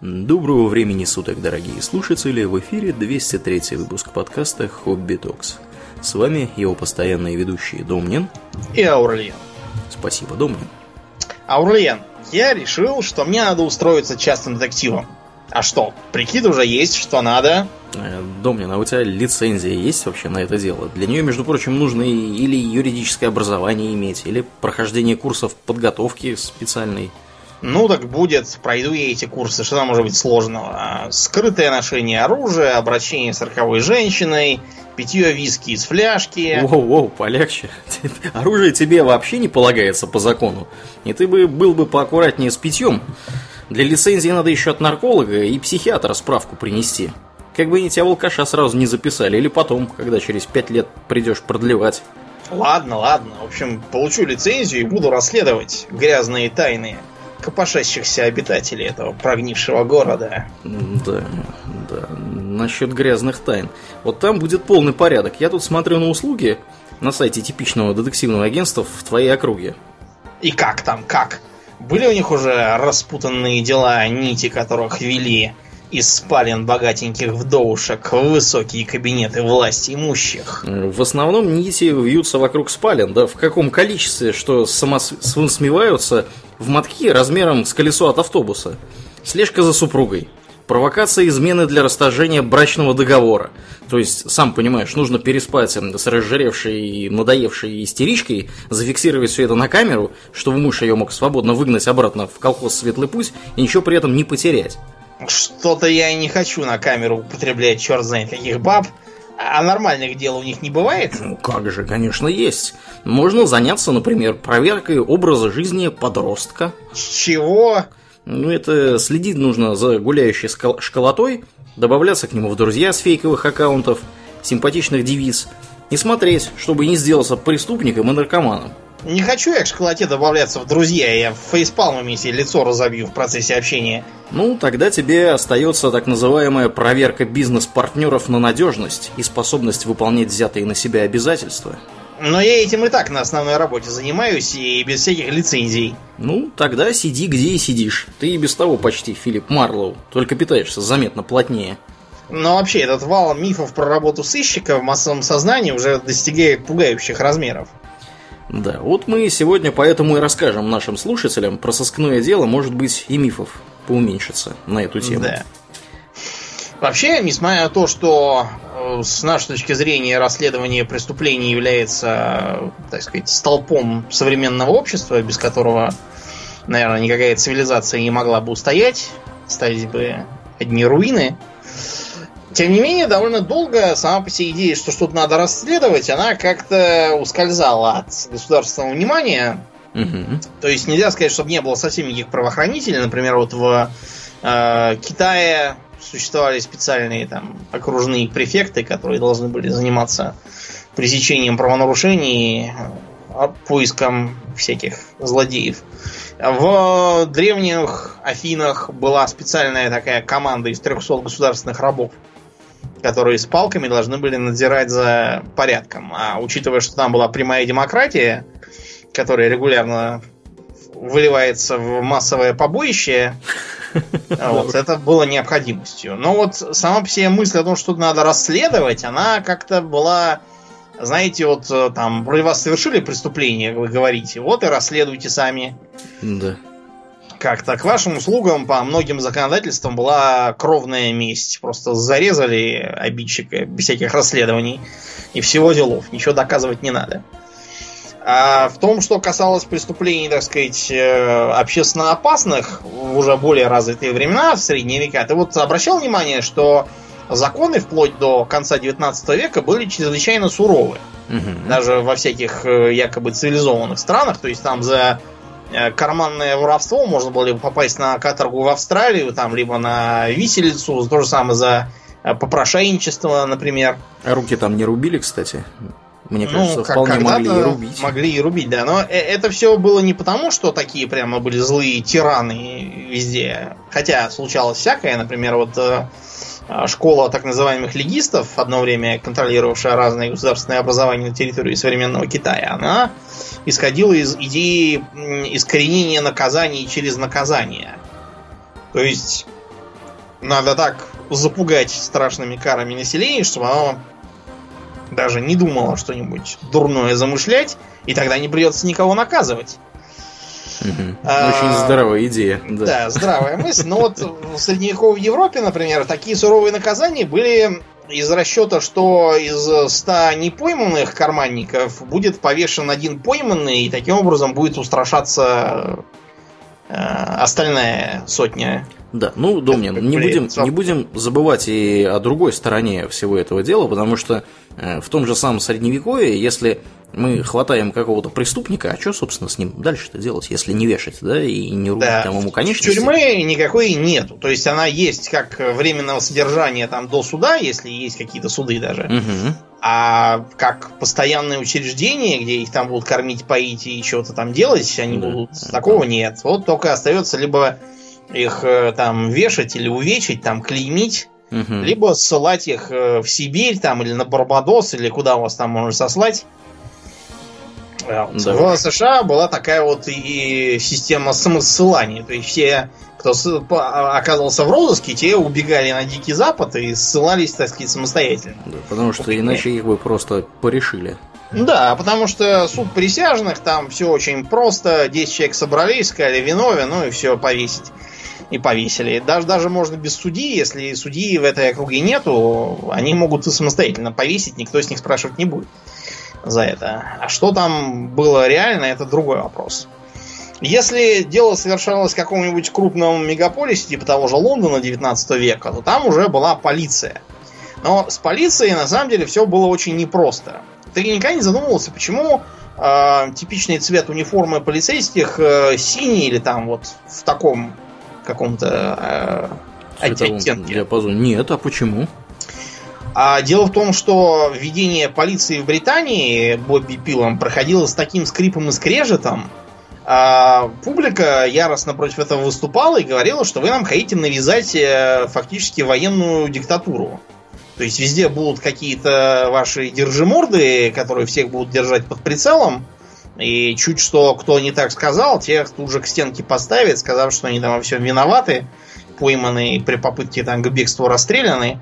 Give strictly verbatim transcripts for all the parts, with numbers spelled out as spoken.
Доброго времени суток, дорогие слушатели! В эфире двести третий выпуск подкаста «Хобби Токс». С вами его постоянные ведущие Домнин и Аурлиен. Спасибо, Домнин. Аурлиен, я решил, что мне надо устроиться частным детективом. А что, прикид уже есть, что надо? Домнин, а у тебя лицензия есть вообще на это дело? Для нее, между прочим, нужно или юридическое образование иметь, или прохождение курсов подготовки специальной. Ну, так будет, пройду я эти курсы, что там может быть сложного? Скрытое ношение оружия, обращение с роковой женщиной, питье виски из фляжки. Воу-воу, полегче. Оружие тебе вообще не полагается по закону. И ты бы был бы поаккуратнее с питьем. Для лицензии надо еще от нарколога и психиатра справку принести. Как бы они тебя в алкаша сразу не записали, или потом, когда через пять лет придешь продлевать. Ладно, ладно. В общем, получу лицензию и буду расследовать грязные тайны копошащихся обитателей этого прогнившего города. Да, да. Насчет грязных тайн. Вот там будет полный порядок. Я тут смотрю на услуги на сайте типичного детективного агентства в твоей округе. И как там, как? Были у них уже распутанные дела, нити которых вели из спален богатеньких вдовушек в высокие кабинеты власти имущих? В основном нити вьются вокруг спален, да в каком количестве, что самосмеваются в мотки размером с колесо от автобуса. Слежка за супругой. Провокация измены для расторжения брачного договора. То есть, сам понимаешь, нужно переспать с разжиревшей и надоевшей истеричкой, зафиксировать все это на камеру, чтобы муж ее мог свободно выгнать обратно в колхоз «Светлый путь» и ничего при этом не потерять. Что-то я и не хочу на камеру употреблять черт знает каких баб. А нормальных дел у них не бывает? Ну как же, конечно, есть. Можно заняться, например, проверкой образа жизни подростка. Чего? Ну, это следить нужно за гуляющей школотой, добавляться к нему в друзья с фейковых аккаунтов, симпатичных девиц, и смотреть, чтобы не сделаться преступником и наркоманом. Не хочу я к школоте добавляться в друзья, я фейспалмами себе лицо разобью в процессе общения. Ну, тогда тебе остается так называемая проверка бизнес-партнеров на надежность и способность выполнять взятые на себя обязательства. Но я этим и так на основной работе занимаюсь и без всяких лицензий. Ну, тогда сиди где и сидишь. Ты и без того почти Филипп Марлоу, только питаешься заметно плотнее. Но вообще этот вал мифов про работу сыщика в массовом сознании уже достигает пугающих размеров. Да, вот мы сегодня поэтому и расскажем нашим слушателям про сыскное дело, может быть, и мифов поуменьшится на эту тему. Да. Вообще, несмотря на то, что с нашей точки зрения расследование преступлений является, так сказать, столпом современного общества, без которого, наверное, никакая цивилизация не могла бы устоять, остались бы одни руины. Тем не менее, довольно долго сама по себе идея, что что-то надо расследовать, она как-то ускользала от государственного внимания. Угу. То есть нельзя сказать, чтобы не было совсем никаких правоохранителей. Например, вот в э, Китае существовали специальные там окружные префекты, которые должны были заниматься пресечением правонарушений, поиском всяких злодеев. В древних Афинах была специальная такая команда из трехсот государственных рабов, которые с палками должны были надзирать за порядком. А учитывая, что там была прямая демократия, которая регулярно выливается в массовое побоище, вот, это было необходимостью. Но вот сама по себе мысль о том, что надо расследовать, она как-то была, знаете, вот там вроде вас совершили преступление, вы говорите, вот и расследуйте сами. Да. Как-то к вашим услугам по многим законодательствам была кровная месть. Просто зарезали обидчика без всяких расследований и всего делов. Ничего доказывать не надо. А в том, что касалось преступлений, так сказать, общественно опасных в уже более развитые времена, в средние века, ты вот обращал внимание, что законы вплоть до конца девятнадцатого века были чрезвычайно суровы. Угу. Даже во всяких якобы цивилизованных странах. То есть там за карманное воровство можно было либо попасть на каторгу в Австралию, там, либо на виселицу, то же самое за попрошайничество, например. А руки там не рубили, кстати? Мне кажется, ну, вполне могли и рубить. Могли и рубить, да. Но это все было не потому, что такие прямо были злые тираны везде. Хотя случалось всякое. Например, вот школа так называемых легистов, одно время контролировавшая разные государственные образования на территории современного Китая, она исходила из идеи искоренения наказаний через наказание. То есть надо так запугать страшными карами население, чтобы оно даже не думало что-нибудь дурное замышлять, и тогда не придется никого наказывать. Угу. А, Очень здоровая идея. Да. да, здравая мысль. Но вот в средневековой Европе, например, такие суровые наказания были из расчета, что из ста непойманных карманников будет повешен один пойманный, и таким образом будет устрашаться э, остальная сотня. Да, ну, Домнин, не будем, не будем забывать и о другой стороне всего этого дела, потому что э, в том же самом Средневековье, если мы хватаем какого-то преступника, а что, собственно, с ним дальше-то делать, если не вешать, да, и не рубить да. там ему конечности? Тюрьмы никакой нету. То есть она есть как временного содержания там до суда, если есть какие-то суды даже. Угу. А как постоянное учреждение, где их там будут кормить, поить и что-то там делать, они да. будут... Такого нет. Вот только остается либо их там вешать или увечить, там клеймить, угу. либо ссылать их в Сибирь там или на Барбадос, или куда вас там можно сослать. Да. В США была такая вот и система самоссылания. То есть все, кто оказывался в розыске, те убегали на Дикий Запад и ссылались, так сказать, самостоятельно. Да, потому что Например. иначе их бы просто порешили. Да, потому что суд присяжных, там все очень просто. десять человек собрались, сказали виновен, ну и все, повесить. И повесили. Даже, даже можно без судьи, если судьи в этой округе нету, они могут и самостоятельно повесить, никто с них спрашивать не будет за это. А что там было реально, это другой вопрос. Если дело совершалось в каком-нибудь крупном мегаполисе, типа того же Лондона девятнадцатого века, то там уже была полиция. Но с полицией на самом деле все было очень непросто. Ты никогда не задумывался, почему э, типичный цвет униформы полицейских э, синий или там вот в таком каком-то э, оттенке? Диапазоне. Нет, а почему? А дело в том, что введение полиции в Британии Бобби Пилом проходило с таким скрипом и скрежетом. А публика яростно против этого выступала и говорила, что вы нам хотите навязать фактически военную диктатуру. То есть везде будут какие-то ваши держиморды, которые всех будут держать под прицелом. И чуть что кто не так сказал, тех тут же к стенке поставят, сказав, что они там во всем виноваты, пойманы при попытке там к бегству расстреляны.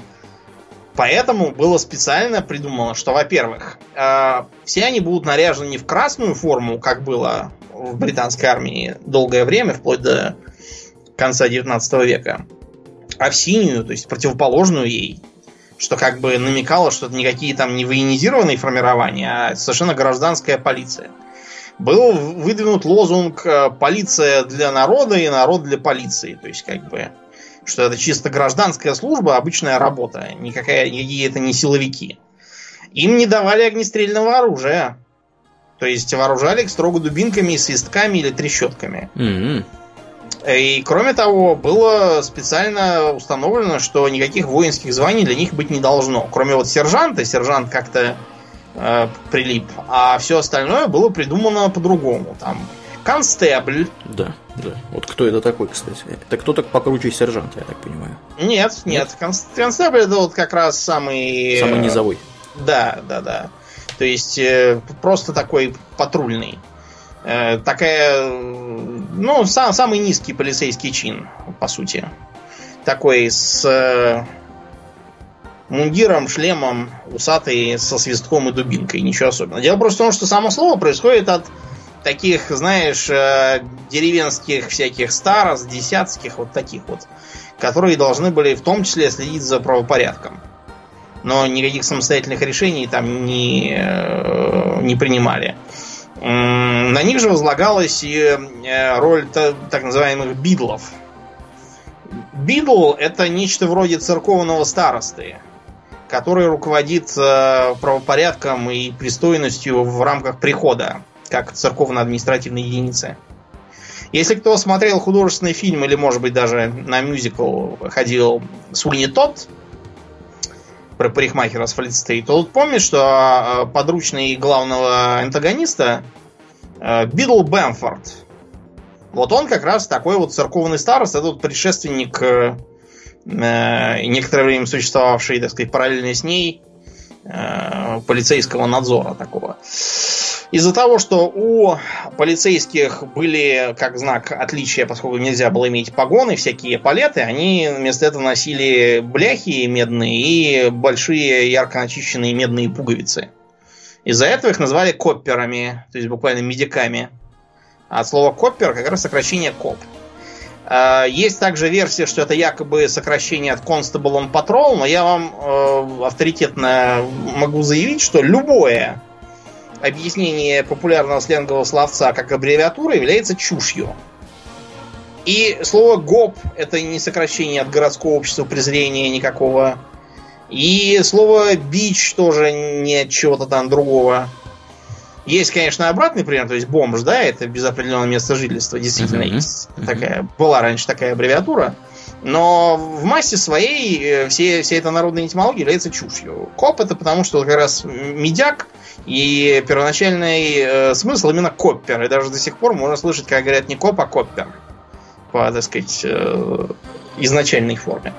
Поэтому было специально придумано, что, во-первых, э, все они будут наряжены не в красную форму, как было в британской армии долгое время, вплоть до конца девятнадцатого века, а в синюю, то есть противоположную ей, что как бы намекало, что это никакие там не военизированные формирования, а совершенно гражданская полиция. Был выдвинут лозунг «Полиция для народа и народ для полиции», то есть как бы... что это чисто гражданская служба, обычная работа. Никакая, никакие это не силовики. Им не давали огнестрельного оружия. То есть вооружали их строго дубинками, свистками или трещотками. Mm-hmm. И кроме того, было специально установлено, что никаких воинских званий для них быть не должно. Кроме вот сержанта, сержант как-то э, прилип, а все остальное было придумано по-другому. Там констебль. Да, да. Вот кто это такой, кстати? Это кто так покруче сержанта, я так понимаю? Нет, нет. нет. Констебль это вот как раз самый... Самый низовой. Да, да, да. То есть э, просто такой патрульный. Э, такая... Ну, сам, самый низкий полицейский чин, по сути. Такой с э, мундиром, шлемом, усатый, со свистком и дубинкой. Ничего особенного. Дело просто в том, что само слово происходит от таких, знаешь, деревенских всяких старост, десятских, вот таких вот, которые должны были в том числе следить за правопорядком. Но никаких самостоятельных решений там не, не принимали. На них же возлагалась и роль так называемых бидлов. Бидл — это нечто вроде церковного старосты, который руководит правопорядком и пристойностью в рамках прихода, как церковно-административной единицы. Если кто смотрел художественный фильм или, может быть, даже на мюзикл ходил Суини Тодд про парикмахера с Флит-стрит, то вот помнишь, что подручный главного антагониста Бидл Бэмфорд, вот он как раз такой вот церковный старост, это вот предшественник э, некоторое время существовавший, так сказать, параллельно с ней э, полицейского надзора такого. Из-за того, что у полицейских были как знак отличия, поскольку нельзя было иметь погоны, всякие эполеты, они вместо этого носили бляхи медные и большие ярко начищенные медные пуговицы. Из-за этого их назвали копперами, то есть буквально медиками. А от слова коппер как раз сокращение коп. Есть также версия, что это якобы сокращение от Constable on Patrol, но я вам э, авторитетно могу заявить, что любое объяснение популярного сленгового словца как аббревиатура является чушью. И слово гоп это не сокращение от городского общества презрения никакого. И слово бич тоже не от чего-то там другого. Есть, конечно, обратный пример, то есть бомж, да, это без определенного места жительства, действительно mm-hmm. есть такая, была раньше такая аббревиатура, но в массе своей все, вся эта народная этимология является чушью. Коп это потому, что как раз медяк, и первоначальный э, смысл именно коппер, и даже до сих пор можно слышать, как говорят не коп, а коппер, по, так сказать, э, изначальной форме.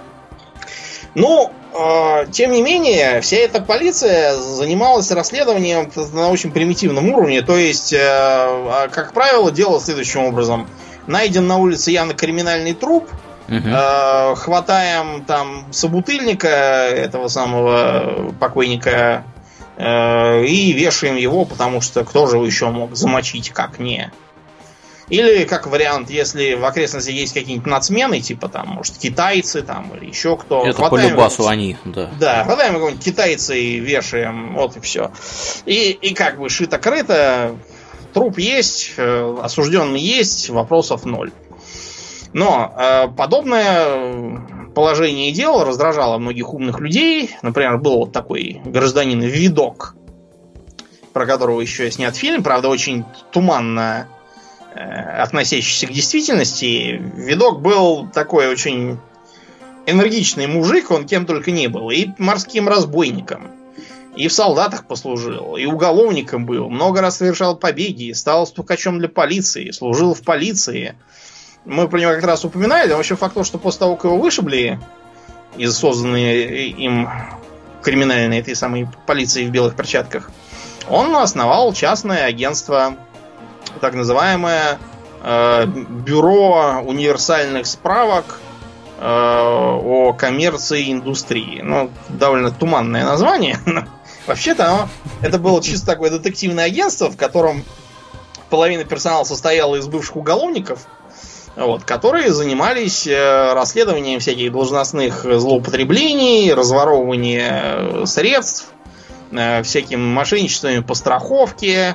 Ну, э, тем не менее, вся эта полиция занималась расследованием на очень примитивном уровне. То есть, э, как правило, делала следующим образом. Найден на улице явно криминальный труп, угу. э, хватаем там собутыльника, этого самого покойника, э, и вешаем его, потому что кто же его еще мог замочить, как не... Или, как вариант, если в окрестности есть какие-нибудь нацмены, типа там, может, китайцы там, или еще кто. Это по любасу они, да. Да, хватаем какого-нибудь китайца и вешаем, вот и все. И, и как бы шито-крыто, труп есть, осужденный есть, вопросов ноль. Но э, подобное положение дел раздражало многих умных людей. Например, был вот такой гражданин Видок, про которого еще снят фильм, правда, очень туманно относящийся к действительности. Видок был такой очень энергичный мужик, он кем только не был. И морским разбойником, и в солдатах послужил, и уголовником был, много раз совершал побеги, стал стукачом для полиции, служил в полиции. Мы про него как раз упоминали, но вообще факт то, что после того, как его вышибли из созданной им криминальной этой самой полиции в белых перчатках, он основал частное агентство, так называемое э, Бюро универсальных справок э, о коммерции и индустрии. Ну, довольно туманное название. Вообще-то оно, это было чисто такое детективное агентство, в котором половина персонала состояла из бывших уголовников, вот, которые занимались э, расследованием всяких должностных злоупотреблений, разворовывания средств, э, всякими мошенничествами по страховке,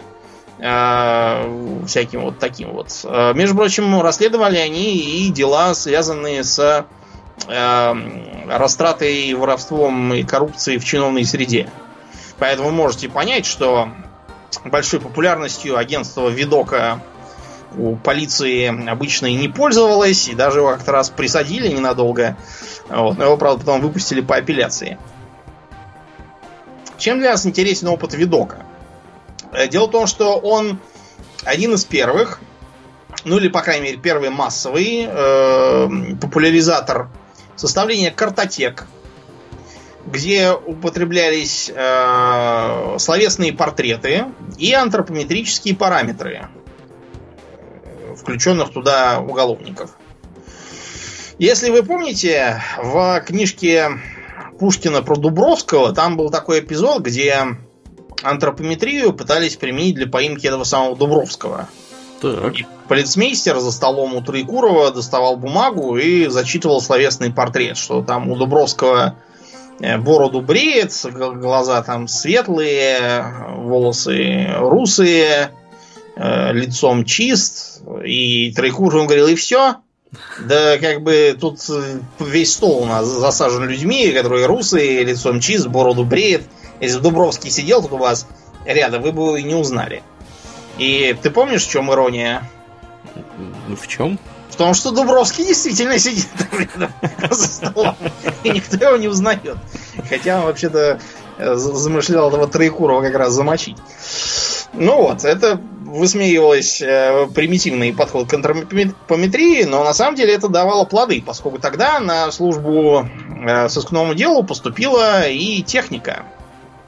всяким вот таким вот. Между прочим, расследовали они и дела, связанные с э, растратой, воровством и коррупцией в чиновной среде. Поэтому вы можете понять, что большой популярностью агентство Видока у полиции обычно и не пользовалось, и даже его как-то раз присадили ненадолго. Вот. Но его, правда, потом выпустили по апелляции. Чем для нас интересен опыт Видока? Дело в том, что он один из первых, ну или, по крайней мере, первый массовый э, популяризатор составления картотек, где употреблялись э, словесные портреты и антропометрические параметры, включенных туда уголовников. Если вы помните, в книжке Пушкина про Дубровского там был такой эпизод, где антропометрию пытались применить для поимки этого самого Дубровского. Так. И полицмейстер за столом у Троекурова доставал бумагу и зачитывал словесный портрет, что там у Дубровского бороду бреет, глаза там светлые, волосы русые, лицом чист. И Троекуров говорил, и все. Да как бы тут весь стол у нас засажен людьми, которые русые, лицом чист, бороду бреет. Если бы Дубровский сидел тут у вас рядом, вы бы его и не узнали. И ты помнишь, в чем ирония? В чем? В том, что Дубровский действительно сидит рядом за столом, и никто его не узнает. Хотя он вообще-то замышлял этого Троекурова как раз замочить. Ну вот, это высмеивалось э, примитивный подход к антропометрии, но на самом деле это давало плоды, поскольку тогда на службу э, сыскному делу поступила и техника.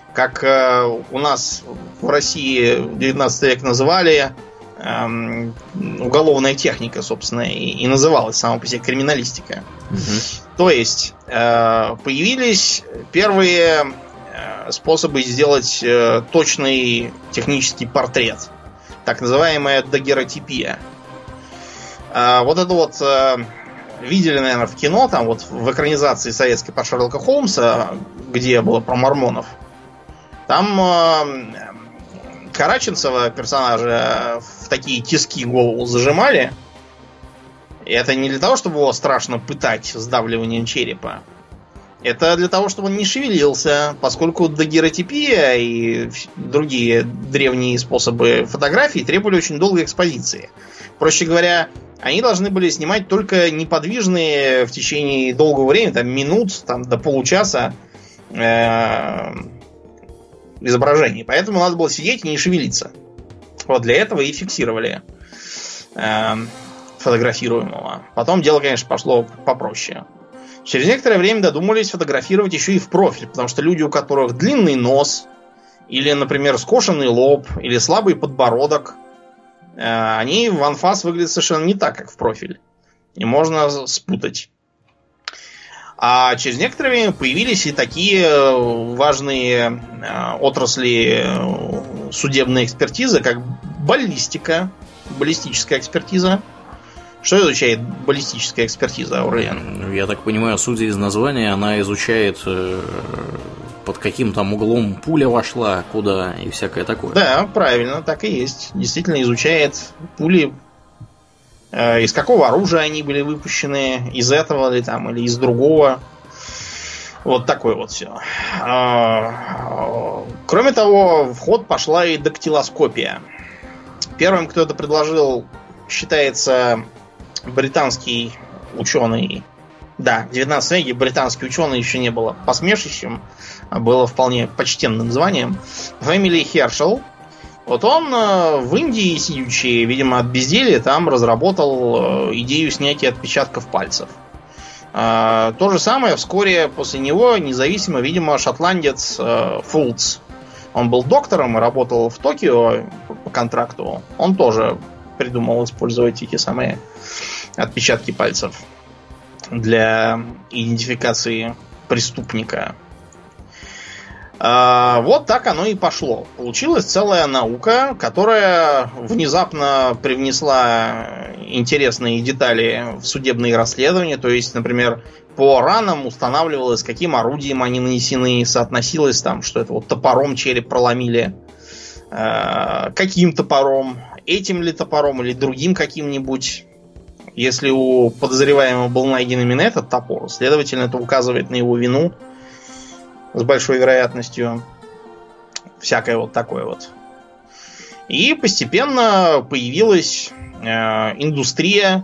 как э, у нас в России девятнадцатый век называли, э, уголовная техника, собственно, и, и называлась сама по себе криминалистика. Угу. То есть э, появились первые э, способы сделать э, точный технический портрет, так называемая дагеротипия. Э, вот это вот э, видели, наверное, в кино, там вот в экранизации советской по Шерлока Холмса, где было про мормонов. Там э, Караченцева, персонажа, в такие тиски голову зажимали. И это не для того, чтобы его страшно пытать сдавливанием черепа. Это для того, чтобы он не шевелился, поскольку дагеротипия и другие древние способы фотографии требовали очень долгой экспозиции. Проще говоря, они должны были снимать только неподвижные в течение долгого времени, там минут, там, до получаса э, изображений. Поэтому надо было сидеть и не шевелиться. Вот для этого и фиксировали э, фотографируемого. Потом дело, конечно, пошло попроще. Через некоторое время додумались фотографировать еще и в профиль, потому что люди, у которых длинный нос, или, например, скошенный лоб, или слабый подбородок, они в анфас выглядят совершенно не так, как в профиль. И можно спутать. А через некоторое время появились и такие важные отрасли судебной экспертизы, как баллистика, баллистическая экспертиза. Что изучает баллистическая экспертиза, Аурлиен? Я так понимаю, судя из названия, она изучает, э, под каким там углом пуля вошла, куда и всякое такое. Да, правильно, так и есть. Действительно изучает пули, э, из какого оружия они были выпущены, из этого ли там, или из другого. Вот такое вот все. Э, кроме того, в ход пошла и дактилоскопия. Первым, кто это предложил, считается британский ученый. Да, в девятнадцатом веке британский ученый еще не было посмешищем, а было вполне почтенным званием. Фамилия Хершел. Вот он в Индии, сидячи, видимо, от безделья, там разработал идею снятия отпечатков пальцев. То же самое вскоре после него независимо, видимо, шотландец Фултс. Он был доктором и работал в Токио по контракту. Он тоже придумал использовать эти самые отпечатки пальцев для идентификации преступника. А, вот так оно и пошло. Получилась целая наука, которая внезапно привнесла интересные детали в судебные расследования. То есть, например, по ранам устанавливалось, каким орудием они нанесены, соотносилось там, что это вот топором череп проломили, а, каким топором, этим ли топором или другим каким-нибудь. Если у подозреваемого был найден именно этот топор, следовательно, это указывает на его вину с большой вероятностью. Всякое вот такое вот. И постепенно появилась э, индустрия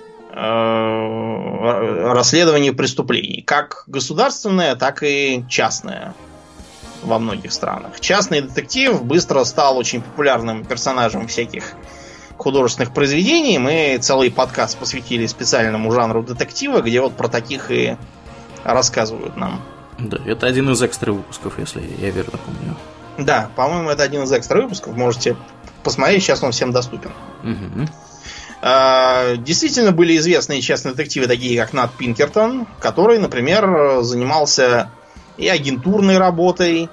э, расследования преступлений. Как государственная, так и частная во многих странах. Частный детектив быстро стал очень популярным персонажем всяких художественных произведений. Мы целый подкаст посвятили специальному жанру детектива, где вот про таких и рассказывают нам. Да, это один из экстра выпусков, если я верно помню. Да, по-моему, это один из экстра выпусков. Можете посмотреть, сейчас он всем доступен. Угу. А, действительно были известные частные детективы, такие как Нат Пинкертон, который, например, занимался и агентурной работой,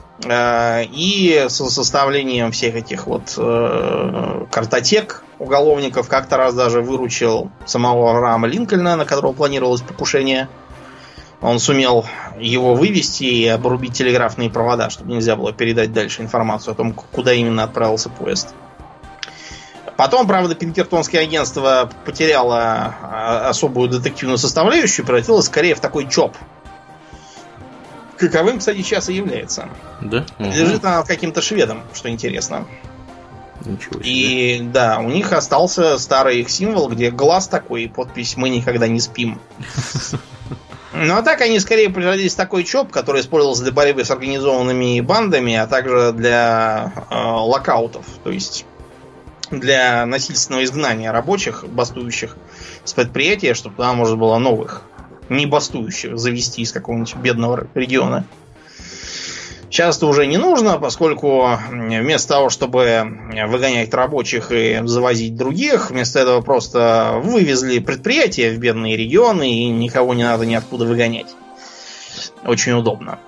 и со составлением всех этих вот э, картотек уголовников. Как-то раз даже выручил самого Авраама Линкольна, на которого планировалось покушение. Он сумел его вывести и обрубить телеграфные провода, чтобы нельзя было передать дальше информацию о том, куда именно отправился поезд. Потом, правда, Пинкертонское агентство потеряло особую детективную составляющую и превратилось скорее в такой ЧОП. Каковым, кстати, сейчас и является. Да? Угу. Лежит она каким-то шведом, что интересно. Ничего себе. И да, у них остался старый их символ, где глаз такой и подпись «Мы никогда не спим». Ну а так они скорее превратились в такой ЧОП, который использовался для борьбы с организованными бандами, а также для э, локаутов, то есть для насильственного изгнания рабочих, бастующих с предприятия, чтобы туда можно было новых не бастующих завести из какого-нибудь бедного региона. Сейчас это уже не нужно, поскольку вместо того, чтобы выгонять рабочих и завозить других, вместо этого просто вывезли предприятия в бедные регионы, и никого не надо ниоткуда выгонять. Очень удобно.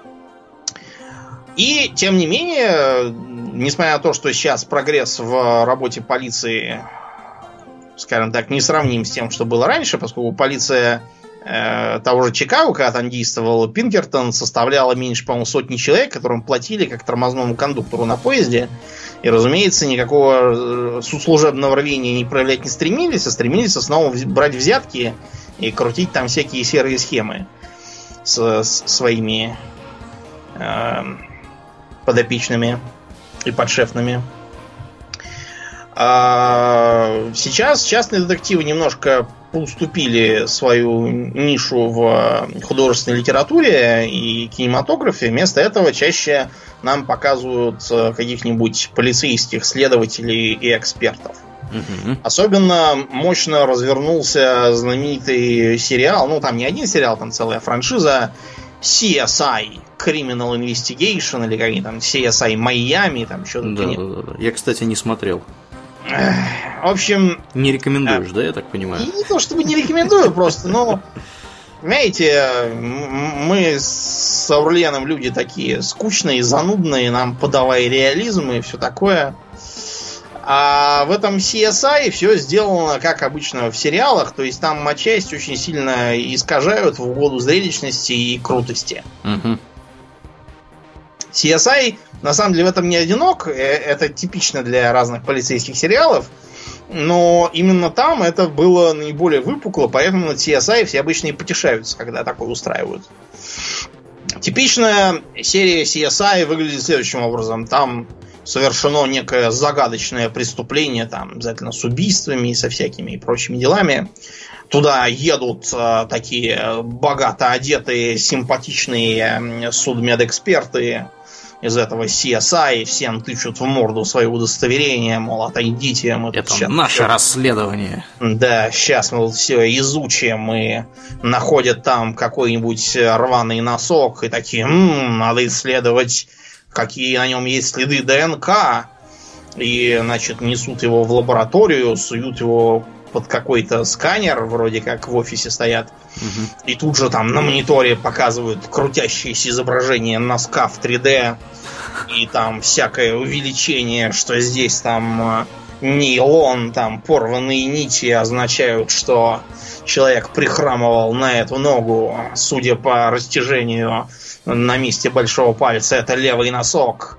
И, тем не менее, несмотря на то, что сейчас прогресс в работе полиции, скажем так, не сравним с тем, что было раньше, поскольку полиция э, того же Чикаго, когда там действовал Пинкертон, составляла меньше, по-моему, сотни человек, которым платили как тормозному кондуктору на поезде. И, разумеется, никакого служебного рвения не проявлять не стремились, а стремились в основном брать взятки и крутить там всякие серые схемы с, с своими э, подопечными и подшефными. А сейчас частные детективы немножко уступили свою нишу в художественной литературе и кинематографе. Вместо этого чаще нам показывают каких-нибудь полицейских следователей и экспертов. Mm-hmm. Особенно мощно развернулся знаменитый сериал, ну там не один сериал, там целая франшиза си эс ай, Criminal Investigation, или как они там, си эс ай Miami, там что-то. Да, да, да. Я, кстати, не смотрел. В общем... Не рекомендуешь, а, да, я так понимаю? Не то чтобы не рекомендую, просто, но... Понимаете, мы с Аурельяном люди такие скучные, занудные, нам подавай реализм и все такое. А в этом си эс ай все сделано, как обычно в сериалах, то есть там матчасть очень сильно искажают в угоду зрелищности и крутости. Угу. си эс ай, на самом деле, в этом не одинок. Это типично для разных полицейских сериалов. Но именно там это было наиболее выпукло, поэтому над си эс ай все обычно и потешаются, когда такое устраивают. Типичная серия си эс ай выглядит следующим образом. Там совершено некое загадочное преступление, там обязательно с убийствами и со всякими прочими делами. Туда едут э, такие богато одетые, симпатичные судмедэксперты из этого си эс ай, всем тычут в морду свое удостоверение, мол, отойдите. Мы это сейчас наше все... расследование. Да, сейчас мы вот все изучим и находят там какой-нибудь рваный носок и такие, м-м, надо исследовать, какие на нем есть следы ДНК. И, значит, несут его в лабораторию, суют его под какой-то сканер, вроде как в офисе стоят. Угу. И тут же там на мониторе показывают крутящееся изображение носка в три дэ. И там всякое увеличение, что здесь там нейлон, там порванные нити означают, что человек прихрамывал на эту ногу. Судя по растяжению на месте большого пальца, это левый носок.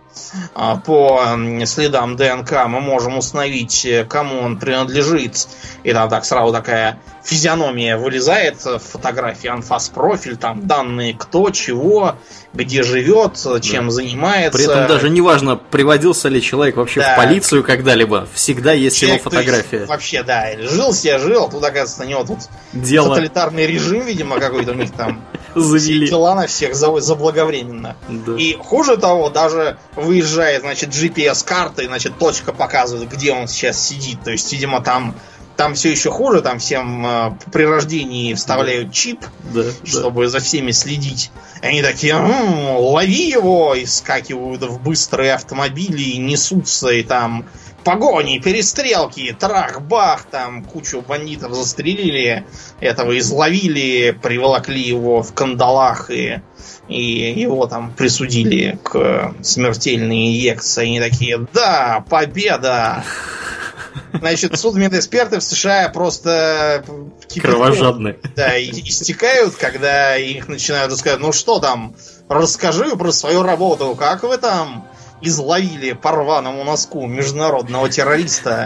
По следам ДНК мы можем установить, кому он принадлежит. И там так сразу такая физиономия вылезает в фотографии, анфас-профиль, там данные кто, чего, где живет, чем да. занимается. При этом даже не важно, приводился ли человек вообще да. в полицию когда-либо, всегда есть человек, его фотография. Есть, вообще, да, жил себе, жил, тут, оказывается, на него тут Дело. тоталитарный режим, видимо, какой-то у них там. Завели. Дела на всех заблаговременно. Да. И хуже того, даже выезжает, значит, джи пи эс-карта, и, значит, точка показывает, где он сейчас сидит. То есть, видимо, там, там все еще хуже, там всем э, при рождении вставляют да. чип, да, чтобы да. за всеми следить. И они такие, м-м, лови его, и скакивают в быстрые автомобили, и несутся, и там погони, перестрелки, трах-бах, там кучу бандитов застрелили, этого изловили, приволокли его в кандалах и, и его там присудили к смертельной инъекции. Они такие, да, победа! Значит, судмедэксперты в США просто кровожадные. Да, и истекают, когда их начинают рассказывать, ну что там, расскажи про свою работу, как вы там изловили по рваному носку международного террориста.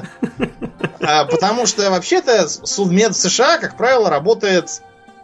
А, потому что вообще-то судмед США, как правило, работает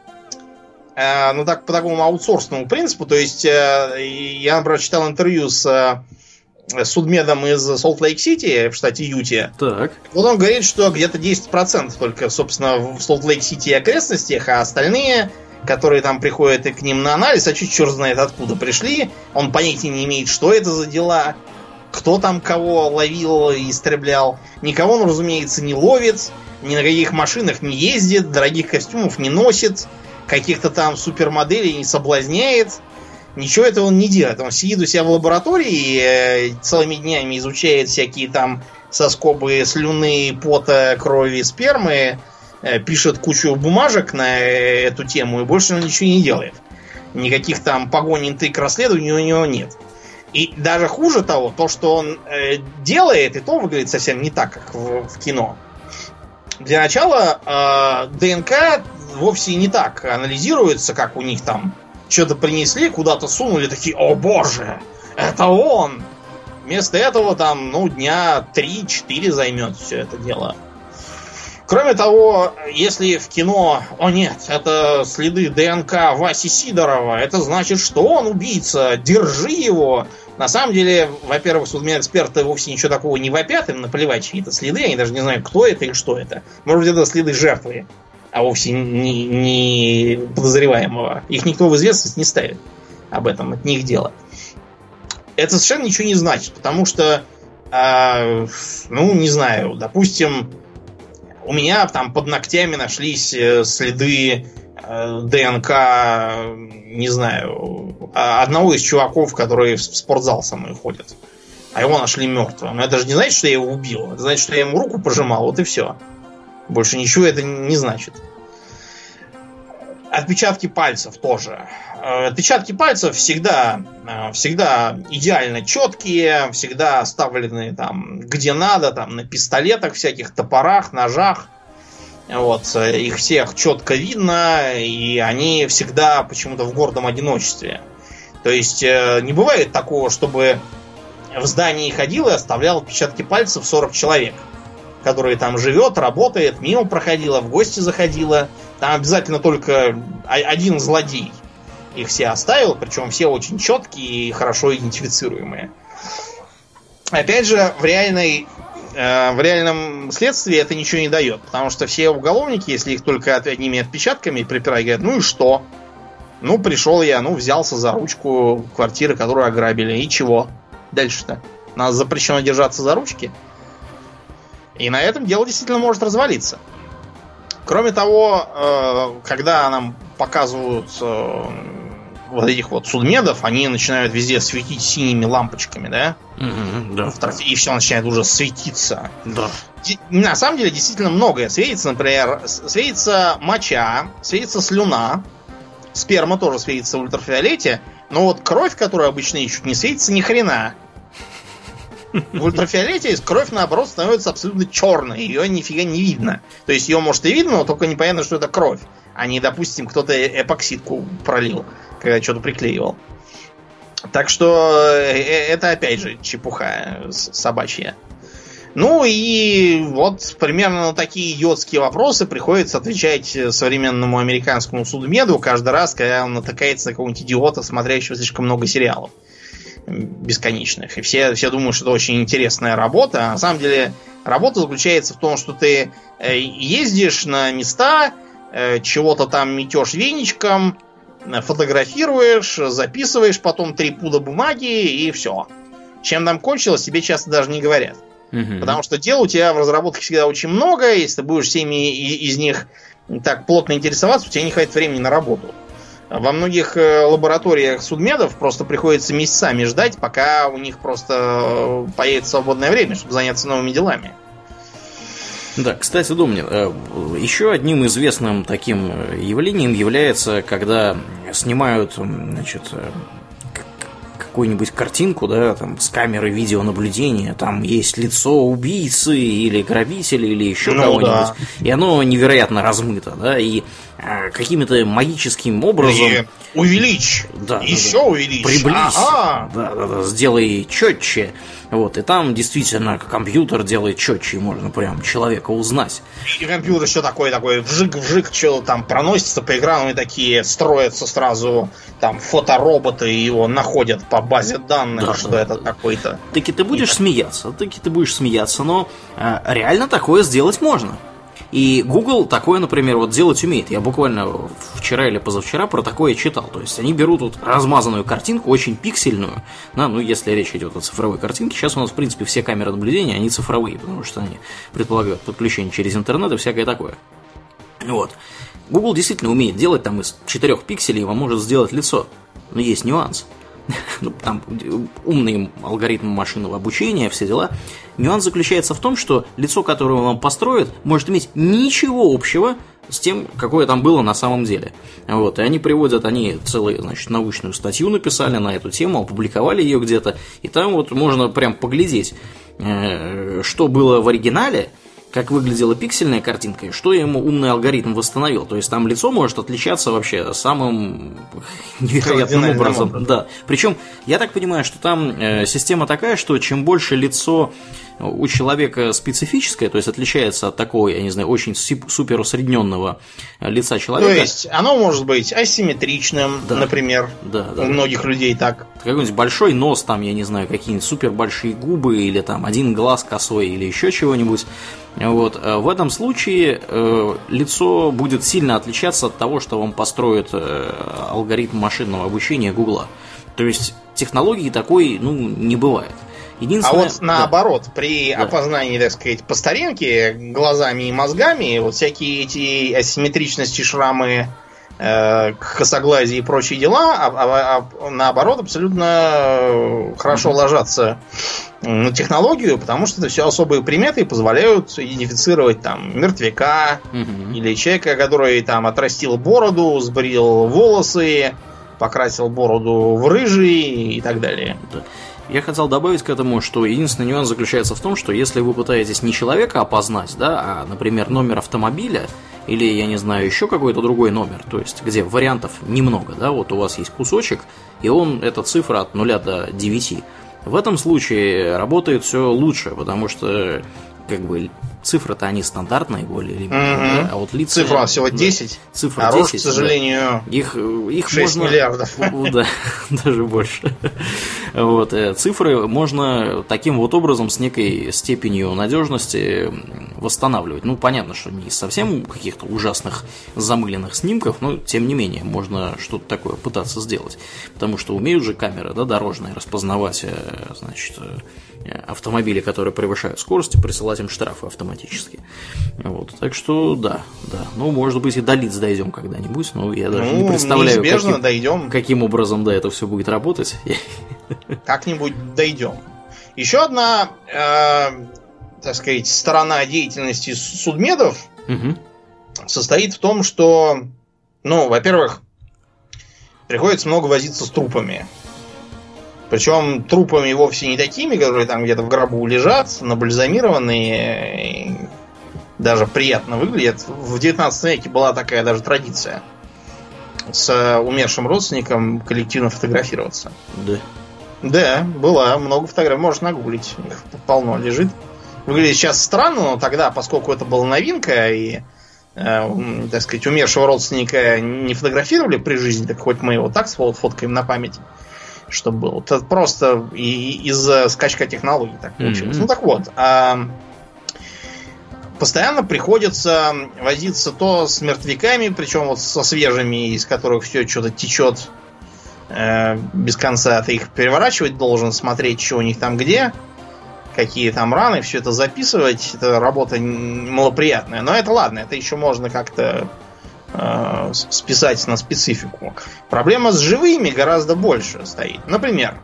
а, ну так по такому аутсорсному принципу. То есть а, я, например, читал интервью с а, судмедом из Солт-Лейк-Сити в штате Юте. Так. Вот он говорит, что где-то десять процентов только, собственно, в Солт-Лейк-Сити и окрестностях, а остальные, которые там приходят и к ним на анализ, а чуть черт знает откуда пришли. Он понятия не имеет, что это за дела, кто там кого ловил и истреблял. Никого он, разумеется, не ловит, ни на каких машинах не ездит, дорогих костюмов не носит, каких-то там супермоделей не соблазняет. Ничего этого он не делает. Он сидит у себя в лаборатории, целыми днями изучает всякие там соскобы слюны, пота, крови, спермы, пишет кучу бумажек на эту тему и больше он ничего не делает. Никаких там погонь, интриг, расследований у него нет. И даже хуже того, то, что он э, делает, и то выглядит совсем не так, как в, в кино. Для начала э, ДНК вовсе не так анализируется, как у них там что-то принесли, куда-то сунули, такие: о боже, это он! Вместо этого там, ну, дня три-четыре займет все это дело. Кроме того, если в кино, о нет, это следы ДНК Васи Сидорова, это значит, что он убийца, держи его. На самом деле, во-первых, судмедэксперты вовсе ничего такого не вопят, им наплевать чьи-то следы, они даже не знают, кто это и что это. Может быть, это следы жертвы, а вовсе не, не подозреваемого. Их никто в известность не ставит об этом, это не их дело. Это совершенно ничего не значит, потому что, э, ну, не знаю, допустим, у меня там под ногтями нашлись следы э, ДНК, не знаю, одного из чуваков, которые в спортзал со мной ходят. А его нашли мертвым. Но это же не значит, что я его убил. Это значит, что я ему руку пожимал, вот и все. Больше ничего это не значит. Отпечатки пальцев тоже. Отпечатки пальцев всегда, всегда идеально четкие, всегда оставлены там где надо, там на пистолетах, всяких топорах, ножах. Вот, их всех четко видно, и они всегда почему-то в гордом одиночестве. То есть не бывает такого, чтобы в здании ходил и оставлял отпечатки пальцев сорок человек, который там живет, работает, мимо проходила, в гости заходила. Там обязательно только один злодей их все оставил, причем все очень четкие и хорошо идентифицируемые. Опять же, в реальной, э, в реальном следствии это ничего не дает, потому что все уголовники, если их только одними отпечатками припирают, говорят: ну и что? Ну, пришел я, ну, взялся за ручку квартиры, которую ограбили, и чего? Дальше-то? Нас запрещено держаться за ручки. И на этом дело действительно может развалиться. Кроме того, когда нам показывают вот этих вот судмедов, они начинают везде светить синими лампочками, да? Mm-hmm, да. И все начинает уже светиться. Да. На самом деле, действительно многое светится. Например, светится моча, светится слюна, сперма тоже светится в ультрафиолете, но вот кровь, которую обычно ищут, не светится ни хрена. В ультрафиолете кровь, наоборот, становится абсолютно черной. Ее нифига не видно. То есть ее, может, и видно, но только непонятно, что это кровь. А не, допустим, кто-то эпоксидку пролил, когда что-то приклеивал. Так что это, опять же, чепуха собачья. Ну и вот примерно на такие идиотские вопросы приходится отвечать современному американскому судмеду каждый раз, когда он натыкается на какого-нибудь идиота, смотрящего слишком много сериалов бесконечных. И все, все думают, что это очень интересная работа. А на самом деле работа заключается в том, что ты ездишь на места, чего-то там метешь веничком, фотографируешь, записываешь потом три пуда бумаги и все. Чем там кончилось, тебе часто даже не говорят. Угу. Потому что дел у тебя в разработке всегда очень много. Если ты будешь всеми из них так плотно интересоваться, у тебя не хватит времени на работу. Во многих лабораториях судмедов просто приходится месяцами ждать, пока у них просто появится свободное время, чтобы заняться новыми делами. Да, кстати, Домнин, еще одним известным таким явлением является, когда снимают, значит, какую-нибудь картинку, да, там, с камеры видеонаблюдения, там есть лицо убийцы или грабителя или еще ну, кого-нибудь, да. И оно невероятно размыто, да, и а, каким-то магическим образом... И увеличь, да, еще да, да. увеличь, приблизь, ага. да, да, да, сделай четче, вот, и там действительно компьютер делает четче, и можно прям человека узнать. И компьютер еще такой, такой вжик-вжик, что там проносится по экрану, и такие строятся сразу там фотороботы, и его находят по базе данных, да, что да, это да. какой-то... Таки ты будешь и... смеяться, таки ты будешь смеяться, но а, реально такое сделать можно. И Google такое, например, вот делать умеет. Я буквально вчера или позавчера про такое читал. То есть они берут вот размазанную картинку, очень пиксельную, да, ну если речь идет о цифровой картинке. Сейчас у нас, в принципе, все камеры наблюдения, они цифровые, потому что они предполагают подключение через интернет и всякое такое. Вот. Google действительно умеет делать там из четырех пикселей, вам может сделать лицо. Но есть нюанс. Ну, там умный алгоритм машинного обучения, все дела. Нюанс заключается в том, что лицо, которое он вам построит, может иметь ничего общего с тем, какое там было на самом деле. Вот. И они приводят, они целую, значит, научную статью написали на эту тему, опубликовали ее где-то, и там вот можно прям поглядеть, что было в оригинале, как выглядела пиксельная картинка, и что ему умный алгоритм восстановил. То есть там лицо может отличаться вообще самым невероятным образом. образом. Да. Причем, я так понимаю, что там э, система такая, что чем больше лицо у человека специфическое, то есть отличается от такого, я не знаю, очень супер усредненного лица человека. То есть оно может быть асимметричным, да. например, да, да, у многих людей так. Какой-нибудь большой нос, там, я не знаю, какие-нибудь супер большие губы, или там один глаз косой, или еще чего-нибудь. Вот. В этом случае э, лицо будет сильно отличаться от того, что вам построит э, алгоритм машинного обучения Гугла. То есть технологии такой, ну, не бывает. А вот наоборот, да. при да. опознании, так сказать, по старинке, глазами и мозгами, вот всякие эти асимметричности, шрамы, э, косоглазие и прочие дела, а, а, а, наоборот, абсолютно хорошо mm-hmm. ложатся на технологию, потому что это все особые приметы позволяют идентифицировать там мертвяка mm-hmm. или человека, который там отрастил бороду, сбрил волосы, покрасил бороду в рыжий и так далее. Да. Я хотел добавить к этому, что единственный нюанс заключается в том, что если вы пытаетесь не человека опознать, да, а, например, номер автомобиля или, я не знаю, еще какой-то другой номер, то есть где вариантов немного, да, вот у вас есть кусочек, и он, эта цифра от нуля до девяти. В этом случае работает все лучше, потому что как бы цифры-то они стандартные более или менее, mm-hmm. да? А вот лица... Цифра всего десять, да, цифра а десять, рост, к сожалению, да. их, их шесть можно... миллиардов. Да, даже больше. Вот. Цифры можно таким вот образом с некой степенью надежности восстанавливать. Ну, понятно, что не из совсем каких-то ужасных замыленных снимков, но тем не менее можно что-то такое пытаться сделать. Потому что умеют же камеры, да, дорожные распознавать, значит, автомобили, которые превышают скорость, и присылать им штрафы автоматически. Вот. Так что да, да. Ну, может быть, и до лиц дойдем когда-нибудь, но я даже ну, не представляю, каким, дойдем. каким образом, да, это все будет работать. Как-нибудь дойдем. Еще одна, э, так сказать, сторона деятельности судмедов угу. состоит в том, что, ну, во-первых, приходится много возиться с трупами. Причем трупами вовсе не такими, которые там где-то в гробу лежат, набальзамированные, даже приятно выглядят. В девятнадцатом веке была такая даже традиция с умершим родственником коллективно фотографироваться. Да. Да, была, много фотографий, можешь нагуглить, их полно лежит. Выглядит сейчас странно, но тогда, поскольку это была новинка, и, э, так сказать, умершего родственника не фотографировали при жизни, так хоть мы его так сфоткаем на память, чтобы было. Это просто из-за скачка технологий так получилось. Mm-hmm. Ну так вот, а, постоянно приходится возиться то с мертвяками, причем вот со свежими, из которых все что-то течет э, без конца. Ты их переворачивать должен, смотреть, что у них там где, какие там раны, все это записывать. Это работа малоприятная. Но это ладно, это еще можно как-то э, списать на специфику. Проблема с живыми гораздо больше стоит. Например,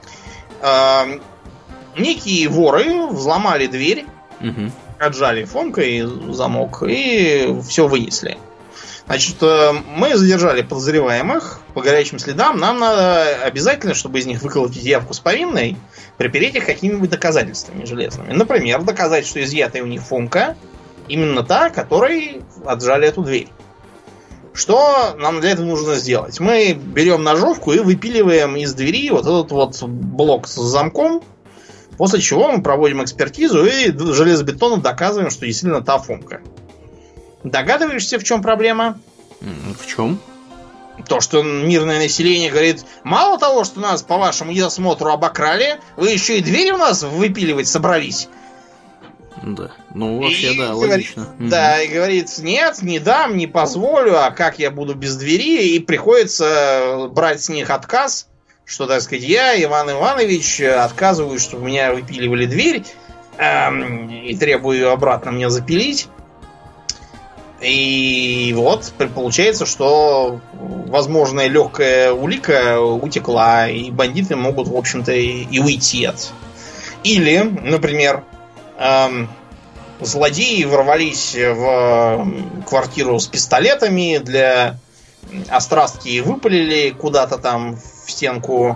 э, некие воры взломали дверь, угу. отжали фомкой замок и все вынесли. Значит, мы задержали подозреваемых по горячим следам. Нам надо обязательно, чтобы из них выколотить явку с повинной, припереть их какими-нибудь доказательствами железными. Например, доказать, что изъятая у них фомка именно та, которой отжали эту дверь. Что нам для этого нужно сделать? Мы берем ножовку и выпиливаем из двери вот этот вот блок с замком, после чего мы проводим экспертизу и железобетоном доказываем, что действительно та фомка. Догадываешься, в чем проблема? В чем? То, что мирное население говорит, мало того, что нас по вашему недосмотру обокрали, вы еще и двери у нас выпиливать собрались. Да, ну вообще, и да, говорит, логично. Да, и говорит, нет, не дам, не позволю, а как я буду без двери? И приходится брать с них отказ, что, так сказать, я, Иван Иванович, отказываюсь, чтобы меня выпиливали дверь, эм, и требую ее обратно мне запилить. И вот получается, что возможная легкая улика утекла, и бандиты могут, в общем-то, и уйти от. Или, например, эм, злодеи ворвались в квартиру с пистолетами, для острастки выпалили куда-то там в стенку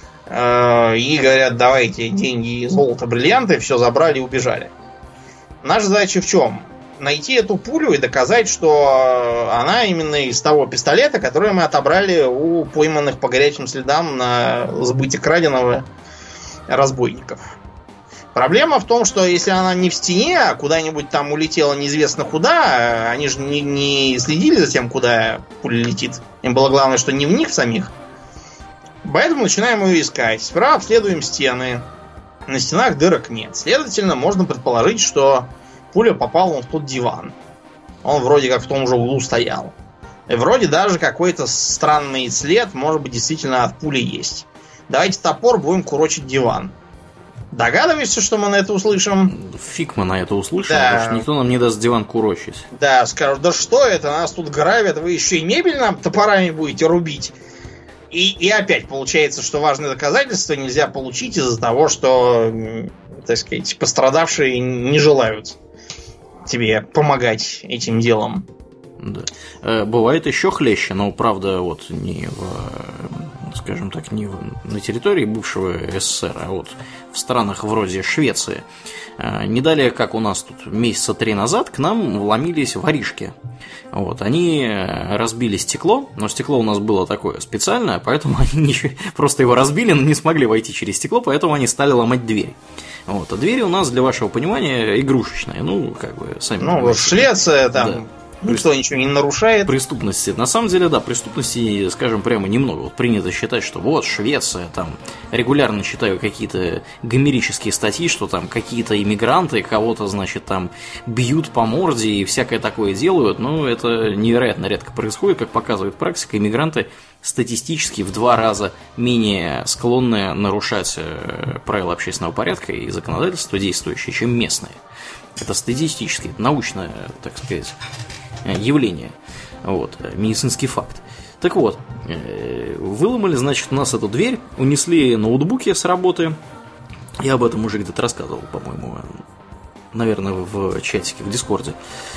э, и говорят: давайте деньги, золото, бриллианты, все забрали и убежали. Наша задача в чем? Найти эту пулю и доказать, что она именно из того пистолета, который мы отобрали у пойманных по горячим следам на сбыте краденого разбойников. Проблема в том, что если она не в стене, а куда-нибудь там улетела неизвестно куда, они же не, не следили за тем, куда пуля летит. Им было главное, что не в них самих. Поэтому начинаем ее искать. Справа обследуем стены. На стенах дырок нет. Следовательно, можно предположить, что пуля попала вон в тот диван. Он вроде как в том же углу стоял. И вроде даже какой-то странный след, может быть, действительно от пули есть. Давайте топор, будем курочить диван. Догадываешься, что мы на это услышим? Фиг мы на это услышим, да. Потому что никто нам не даст диван курочить. Да, скажут: да что это, нас тут грабят, вы еще и мебель нам топорами будете рубить. И, и опять получается, что важное доказательство нельзя получить из-за того, что, так сказать, пострадавшие не желают тебе помогать этим делом. Да. Бывает еще хлеще, но правда вот не в, скажем так, не в, на территории бывшего СССР, а вот в странах вроде Швеции. Не далее, как у нас тут месяца три назад, к нам вломились воришки. Вот, они разбили стекло, но стекло у нас было такое специальное, поэтому они ничего, просто его разбили, но не смогли войти через стекло, поэтому они стали ломать дверь. Вот, а двери у нас, для вашего понимания, игрушечные. Ну, как бы, сами Ну, понимаете. Швеция там... Да. Никто ничего не нарушает. Преступности. На самом деле, да, преступности, скажем прямо, немного. Вот принято считать, что вот Швеция, там регулярно читаю какие-то гомерические статьи, что там какие-то иммигранты кого-то, значит, там бьют по морде и всякое такое делают. Но это невероятно редко происходит, как показывает практика. Иммигранты статистически в два раза менее склонны нарушать правила общественного порядка и законодательство действующие, чем местные. Это статистически, научное, так сказать, явление. Вот, медицинский факт. Так вот, выломали, значит, у нас эту дверь, унесли ноутбуки с работы. Я об этом уже где-то рассказывал, по-моему, наверное, в чатике, в Дискорде.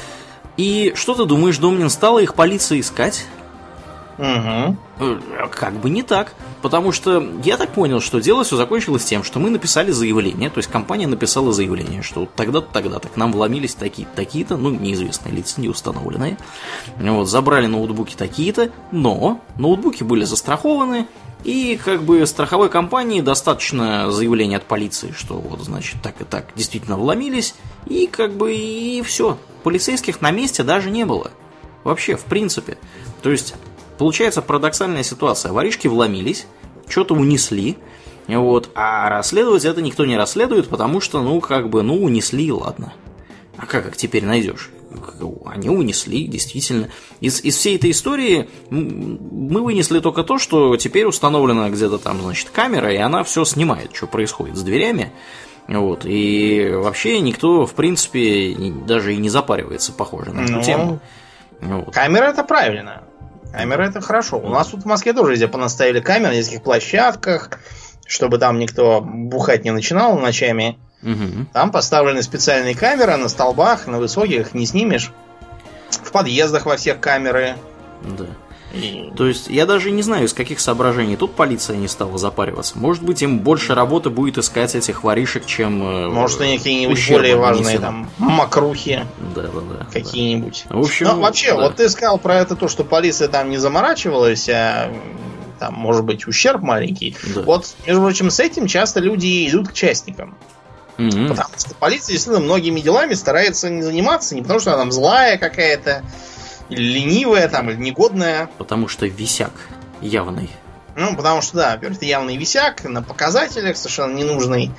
И что ты думаешь, Домнин, стала их полиция искать? Угу. Как бы не так. Потому что я так понял, что дело все закончилось тем, что мы написали заявление, то есть компания написала заявление, что тогда-то, тогда-то к нам вломились такие-то, такие-то, ну, неизвестные лица, не установленные. Вот, забрали ноутбуки такие-то, но ноутбуки были застрахованы, и как бы страховой компании достаточно заявления от полиции, что вот, значит, так и так действительно вломились, и как бы и все. Полицейских на месте даже не было. Вообще, в принципе. То есть... Получается парадоксальная ситуация. Воришки вломились, что-то унесли, вот, а расследовать это никто не расследует, потому что, ну, как бы, ну, унесли, ладно. А как их теперь найдешь? Они унесли, действительно. Из, из всей этой истории мы вынесли только то, что теперь установлена где-то там, значит, камера, и она все снимает, что происходит с дверями. Вот, и вообще никто, в принципе, даже и не запаривается, похоже, на эту ну, тему. Вот. Камера — это правильно. Камера — это хорошо. У нас тут в Москве тоже везде понаставили камеры на нескольких площадках, чтобы там никто бухать не начинал ночами. Угу. Там поставлены специальные камеры на столбах, на высоких, не снимешь. В подъездах во всех камеры. Да. И... То есть я даже не знаю, из каких соображений тут полиция не стала запариваться. Может быть, им больше работы будет искать этих воришек, чем... Может, они какие-нибудь более важные там мокрухи. Да, да, да. Какие-нибудь. В общем, Но вообще, да. Вот ты сказал про это то, что полиция там не заморачивалась, а там, может быть, ущерб маленький. Да. Вот, между прочим, с этим часто люди идут к частникам. Mm-hmm. Потому что полиция действительно многими делами старается не заниматься, не потому что она там злая какая-то, или ленивая, там, или негодная. Потому что висяк явный. Ну, потому что, да, во-первых, это явный висяк на показателях, совершенно ненужный.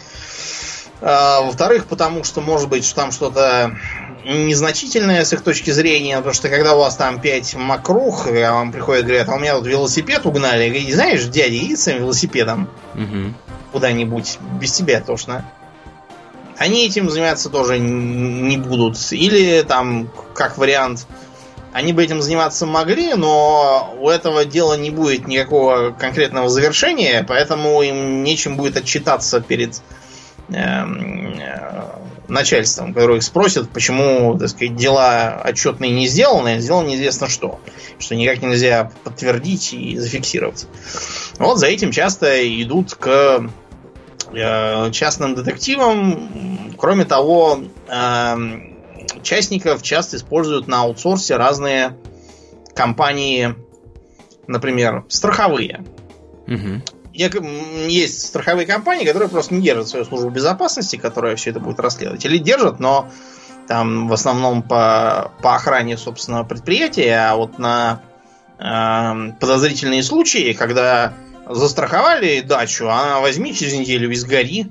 А, во-вторых, потому что, может быть, что там что-то незначительное с их точки зрения, потому что когда у вас там пять мокрух, а вам приходят, говорят: а у меня тут велосипед угнали, и знаешь, дядя едет с своим велосипедом угу. куда-нибудь, без тебя тошно. Они этим заниматься тоже не будут. Или там, как вариант, они бы этим заниматься могли, но у этого дела не будет никакого конкретного завершения, поэтому им нечем будет отчитаться перед э, э, начальством, которое их спросит, почему, так сказать, дела отчетные не сделаны, а сделано неизвестно что, что никак нельзя подтвердить и зафиксировать. Вот за этим часто идут к э, частным детективам. Кроме того, э, частников часто используют на аутсорсе разные компании, например, страховые. Угу. Есть страховые компании, которые просто не держат свою службу безопасности, которая все это будет расследовать. Или держат, но там в основном по, по охране собственного предприятия, а вот на э, подозрительные случаи, когда застраховали дачу, а возьми через неделю и сгори.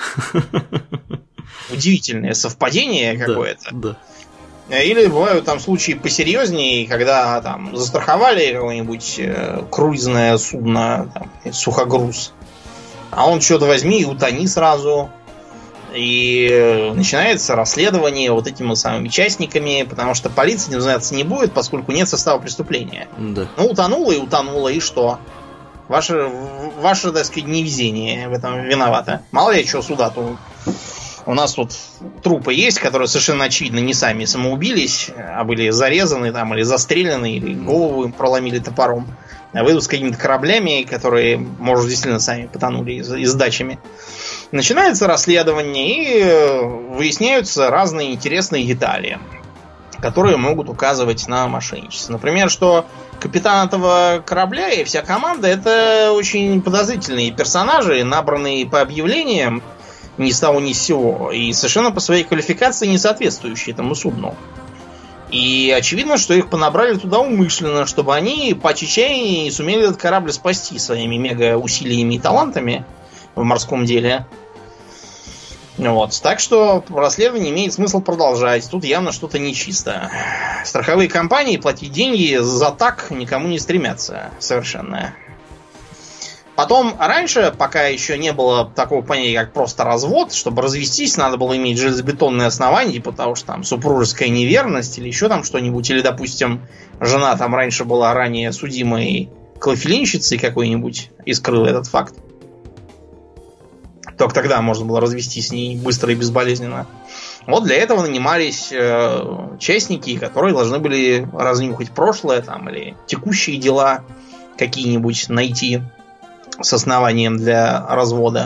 Удивительное совпадение какое-то. Да, да. Или бывают там случаи посерьезнее, когда там застраховали какое-нибудь э, круизное судно, там, сухогруз, а он что-то возьми и утони сразу. И начинается расследование вот этими самыми частниками, потому что полиция этим заниматься не будет, поскольку нет состава преступления. Да. Ну, утонуло и утонуло, и что? Ваше, ваше, так сказать, невезение в этом виновато. Мало ли, что суда-то. У нас тут трупы есть, которые совершенно очевидно не сами самоубились, а были зарезаны там, или застрелены, или голову им проломили топором. А выйдут с какими-то кораблями, которые, может, действительно сами потонули и с дачами. Начинается расследование, и выясняются разные интересные детали, которые могут указывать на мошенничество. Например, что капитан этого корабля и вся команда — это очень подозрительные персонажи, набранные по объявлениям, ни с того ни с сего, и совершенно по своей квалификации не соответствующие этому судну. И очевидно, что их понабрали туда умышленно, чтобы они по чечаянии сумели этот корабль спасти своими мега-усилиями и талантами в морском деле. Вот. Так что расследование имеет смысл продолжать. Тут явно что-то нечисто. Страховые компании платить деньги за так никому не стремятся совершенно. Потом, раньше, пока еще не было такого понятия, как просто развод, чтобы развестись, надо было иметь железобетонные основания, типа того, что там супружеская неверность или еще там что-нибудь. Или, допустим, жена там раньше была ранее судимой клофелинщицей какой-нибудь и скрыла этот факт. Только тогда можно было развестись с ней быстро и безболезненно. Вот для этого нанимались э, частники, которые должны были разнюхать прошлое там, или текущие дела какие-нибудь найти с основанием для развода.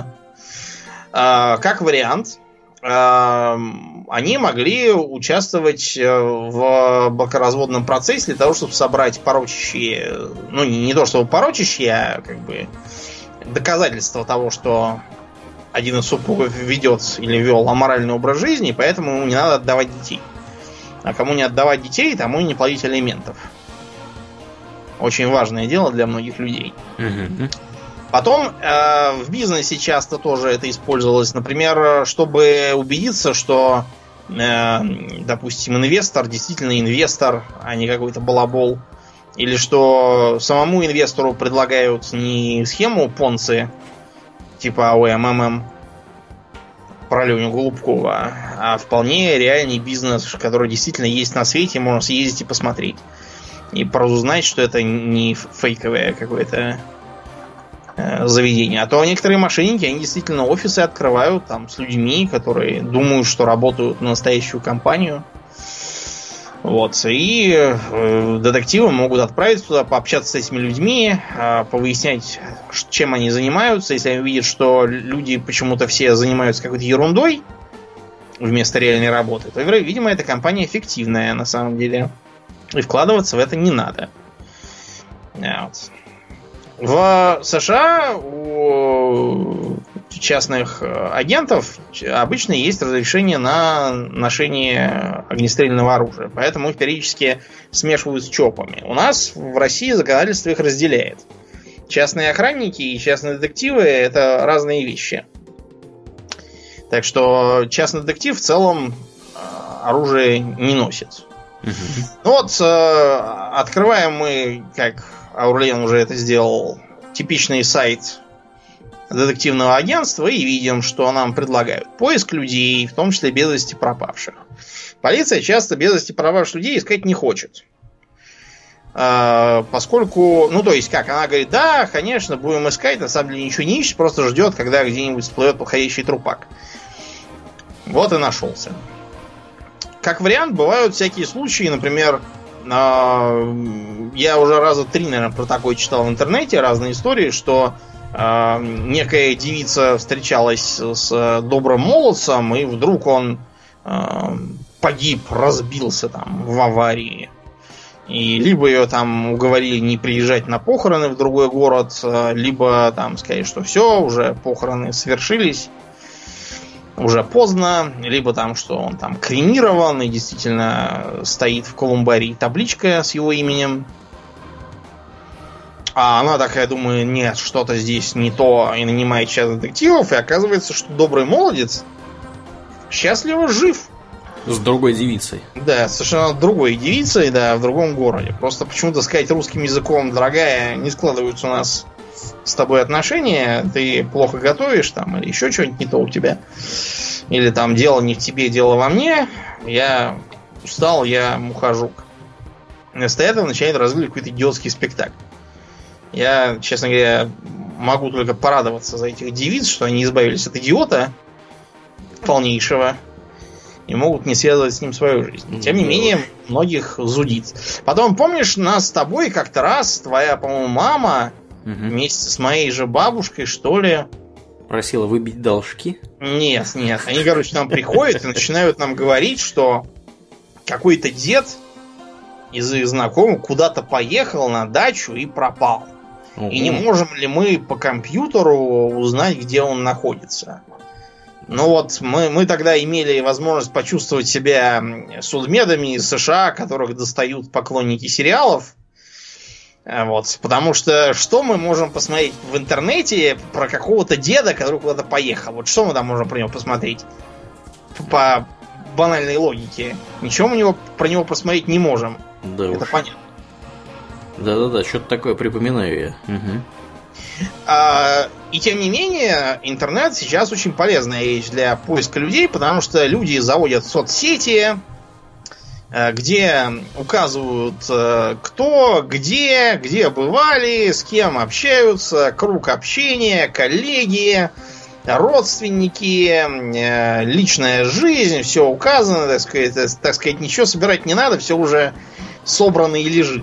Э, как вариант, э, они могли участвовать в бракоразводном процессе для того, чтобы собрать порочащие, ну не, не то чтобы порочащие, а как бы доказательства того, что один из супругов ведет или вел аморальный образ жизни, поэтому ему не надо отдавать детей. А кому не отдавать детей, тому и не платить алиментов. Очень важное дело для многих людей. Угу. Потом э, в бизнесе часто тоже это использовалось. Например, чтобы убедиться, что, э, допустим, инвестор действительно инвестор, а не какой-то балабол. Или что самому инвестору предлагают не схему Понци, типа эй о эм эм эм про Леню Голубкова, а вполне реальный бизнес, который действительно есть на свете, можно съездить и посмотреть. И поразузнать, что это не фейковое какое-то э, заведение. А то некоторые мошенники, они действительно офисы открывают там с людьми, которые думают, что работают на настоящую компанию. Вот. И э, детективы могут отправиться туда, пообщаться с этими людьми, э, повыяснять, чем они занимаются. Если они видят, что люди почему-то все занимаются какой-то ерундой вместо реальной работы, то, видимо, эта компания эффективная на самом деле. И вкладываться в это не надо. Вот. В США у частных агентов обычно есть разрешение на ношение огнестрельного оружия, поэтому их периодически смешивают с ЧОПами. У нас в России законодательство их разделяет. Частные охранники и частные детективы — это разные вещи. Так что частный детектив в целом оружие не носит. Uh-huh. Ну вот, открываем мы, как Аурлиен уже это сделал, типичный сайт детективного агентства и видим, что нам предлагают. Поиск людей, в том числе без вести пропавших. Полиция часто без вести пропавших людей искать не хочет. э, поскольку, ну, то есть, как, она говорит, да, конечно, будем искать, на самом деле ничего не ищет, просто ждет, когда где-нибудь всплывет подходящий трупак. Вот и нашелся. Как вариант, бывают всякие случаи, например, э, я уже раза три, наверное, про такое читал в интернете, разные истории, что э, некая девица встречалась с добрым молодцем, и вдруг он э, погиб, разбился там в аварии. И либо ее там уговорили не приезжать на похороны в другой город, либо там сказать, что все, уже похороны свершились, уже поздно, либо там, что он там кремирован и действительно стоит в колумбарии табличка с его именем. А она такая думает, нет, что-то здесь не то, и нанимает частных детективов, и оказывается, что добрый молодец счастливо жив. С другой девицей. Да, совершенно другой девицей, да, в другом городе. Просто почему-то сказать русским языком, дорогая, не складываются у нас с тобой отношения, ты плохо готовишь там, или еще что-нибудь не то у тебя. Или там дело не в тебе, дело во мне. Я устал, я ухожу. Вместо этого начинает разыгрывать какой-то идиотский спектакль. Я, честно говоря, могу только порадоваться за этих девиц, что они избавились от идиота полнейшего и могут не связывать с ним свою жизнь. Тем не менее, многих зудит. Потом, помнишь, нас с тобой как-то раз, твоя, по-моему, мама, угу. вместе с моей же бабушкой, что ли... Просила выбить должки? Нет, нет. Они, короче, нам приходят и начинают нам говорить, что какой-то дед из их знакомых куда-то поехал на дачу и пропал. Угу. И не можем ли мы по компьютеру узнать, где он находится? Ну вот, мы, мы тогда имели возможность почувствовать себя судмедами из США, которых достают поклонники сериалов. Вот, потому что что мы можем посмотреть в интернете про какого-то деда, который куда-то поехал? Вот что мы там можем про него посмотреть? По банальной логике. Ничего мы него, про него посмотреть не можем. Да Это уж. понятно. Да-да-да, что-то такое припоминаю я. Угу. А, и тем не менее, интернет сейчас очень полезная вещь для поиска людей, потому что люди заводят соцсети, где указывают, кто, где, где бывали, с кем общаются, круг общения, коллеги, родственники, личная жизнь, все указано, так сказать, так сказать, ничего собирать не надо, все уже собрано и лежит.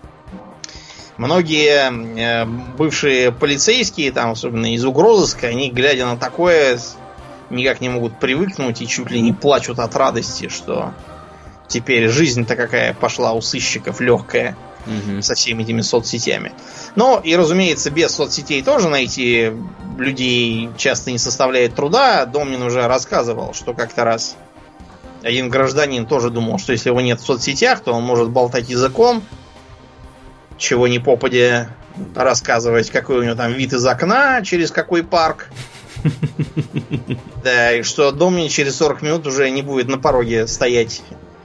Многие бывшие полицейские, там, особенно из угрозыска, они, глядя на такое, никак не могут привыкнуть и чуть ли не плачут от радости, что теперь жизнь-то какая пошла у сыщиков легкая угу. со всеми этими соцсетями. Ну, и, разумеется, без соцсетей тоже найти людей часто не составляет труда. Домнин уже рассказывал, что как-то раз один гражданин тоже думал, что если его нет в соцсетях, то он может болтать языком, чего ни попадя, рассказывать, какой у него там вид из окна, через какой парк. Да, и что Домнин через сорок минут уже не будет на пороге стоять.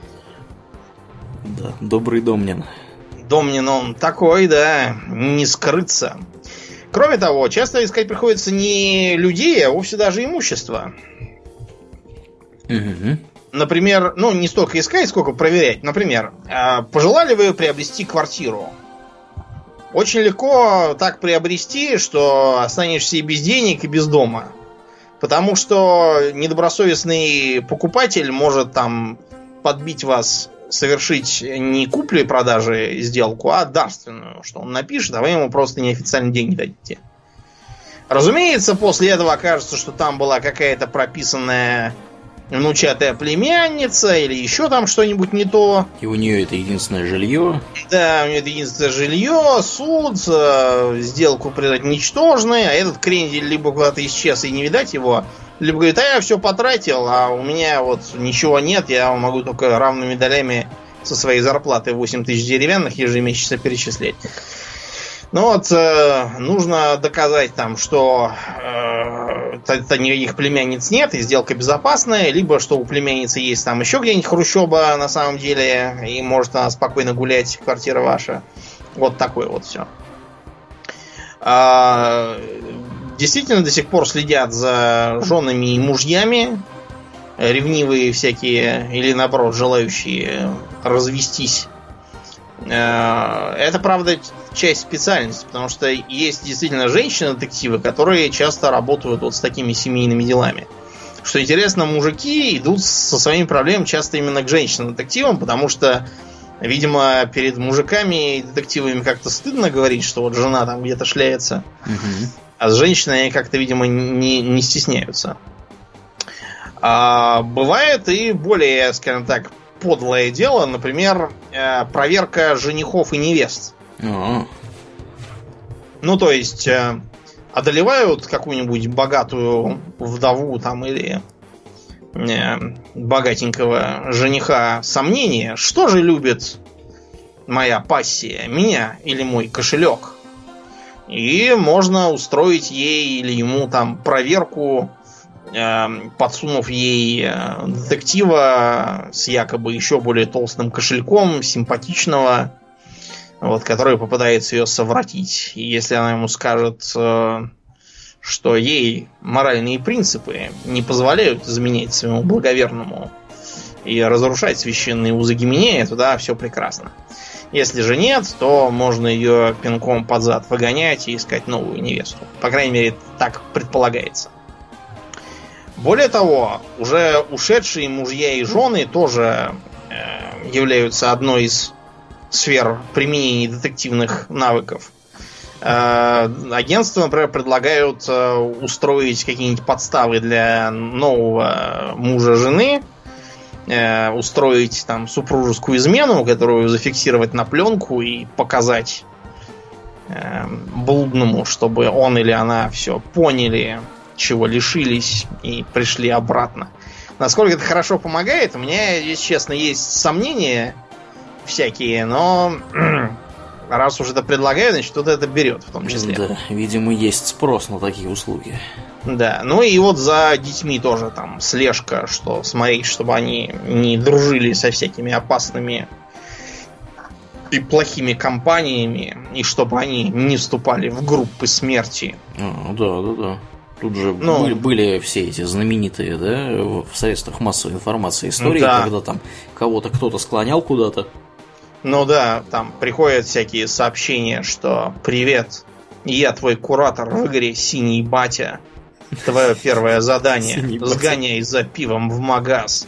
Да, добрый Домнин. Домнин он такой, да, не скрыться. Кроме того, часто искать приходится не людей, а вовсе даже имущество. Угу. Например, ну, не столько искать, сколько проверять. Например, пожелали вы приобрести квартиру? Очень легко так приобрести, что останешься и без денег, и без дома. Потому что недобросовестный покупатель может там подбить вас совершить не куплю и продажи сделку, а дарственную, что он напишет, а вы ему просто неофициально деньги дадите. Разумеется, после этого окажется, что там была какая-то прописанная внучатая племянница или еще там что-нибудь не то. И у нее это единственное жилье. Да, у нее это единственное жилье, суд, сделку признать ничтожной, а этот крендель либо куда-то исчез и не видать его, либо говорит, а я все потратил, а у меня вот ничего нет, я могу только равными долями со своей зарплаты восемь тысяч деревянных ежемесячно перечислять. Ну вот, э, нужно доказать там, что э, никаких племянниц нет, и сделка безопасная, либо что у племянницы есть там еще где-нибудь хрущоба на самом деле, и может она спокойно гулять, квартира ваша. Вот такое вот все. А, действительно до сих пор следят за женами и мужьями, ревнивые всякие, или наоборот, желающие развестись Это, правда, часть специальности, потому что есть действительно женщины-детективы, которые часто работают вот с такими семейными делами. Что интересно, мужики идут со своими проблемами часто именно к женщинам-детективам, потому что, видимо, перед мужиками и детективами как-то стыдно говорить, что вот жена там где-то шляется, угу. А с женщинами как-то, видимо, не, не стесняются. А бывает и более, скажем так, подлое дело, например, проверка женихов и невест. А-а-а. Ну, то есть, одолевают какую-нибудь богатую вдову там или богатенького жениха сомнения, что же любит моя пассия, меня или мой кошелек. И можно устроить ей или ему там проверку, подсунув ей детектива с якобы еще более толстым кошельком, симпатичного, вот, который попытается ее совратить. И если она ему скажет, что ей моральные принципы не позволяют изменять своему благоверному и разрушать священные узы Гименея, то да, все прекрасно. Если же нет, то можно ее пинком под зад выгонять и искать новую невесту. По крайней мере, так предполагается. Более того, уже ушедшие мужья и жены тоже э, являются одной из сфер применения детективных навыков. Э, агентства, например, предлагают э, устроить какие-нибудь подставы для нового мужа жены, э, устроить там супружескую измену, которую зафиксировать на пленку и показать э, блудному, чтобы он или она все поняли, чего лишились и пришли обратно. Насколько это хорошо помогает, у меня, если честно, есть сомнения всякие, но раз уж это предлагают, значит, кто-то это берет в том числе. Да, видимо, есть спрос на такие услуги. Да, ну и вот за детьми тоже там слежка, что смотреть, чтобы они не дружили со всякими опасными и плохими компаниями, и чтобы они не вступали в группы смерти. А, да, да, да. Тут же ну, были, были все эти знаменитые, да, в средствах массовой информации истории, да. Когда там кого-то кто-то склонял куда-то. Ну да, там приходят всякие сообщения, что «Привет, я твой куратор в игре «Синий батя». Твое первое задание – сгоняй за пивом в магаз».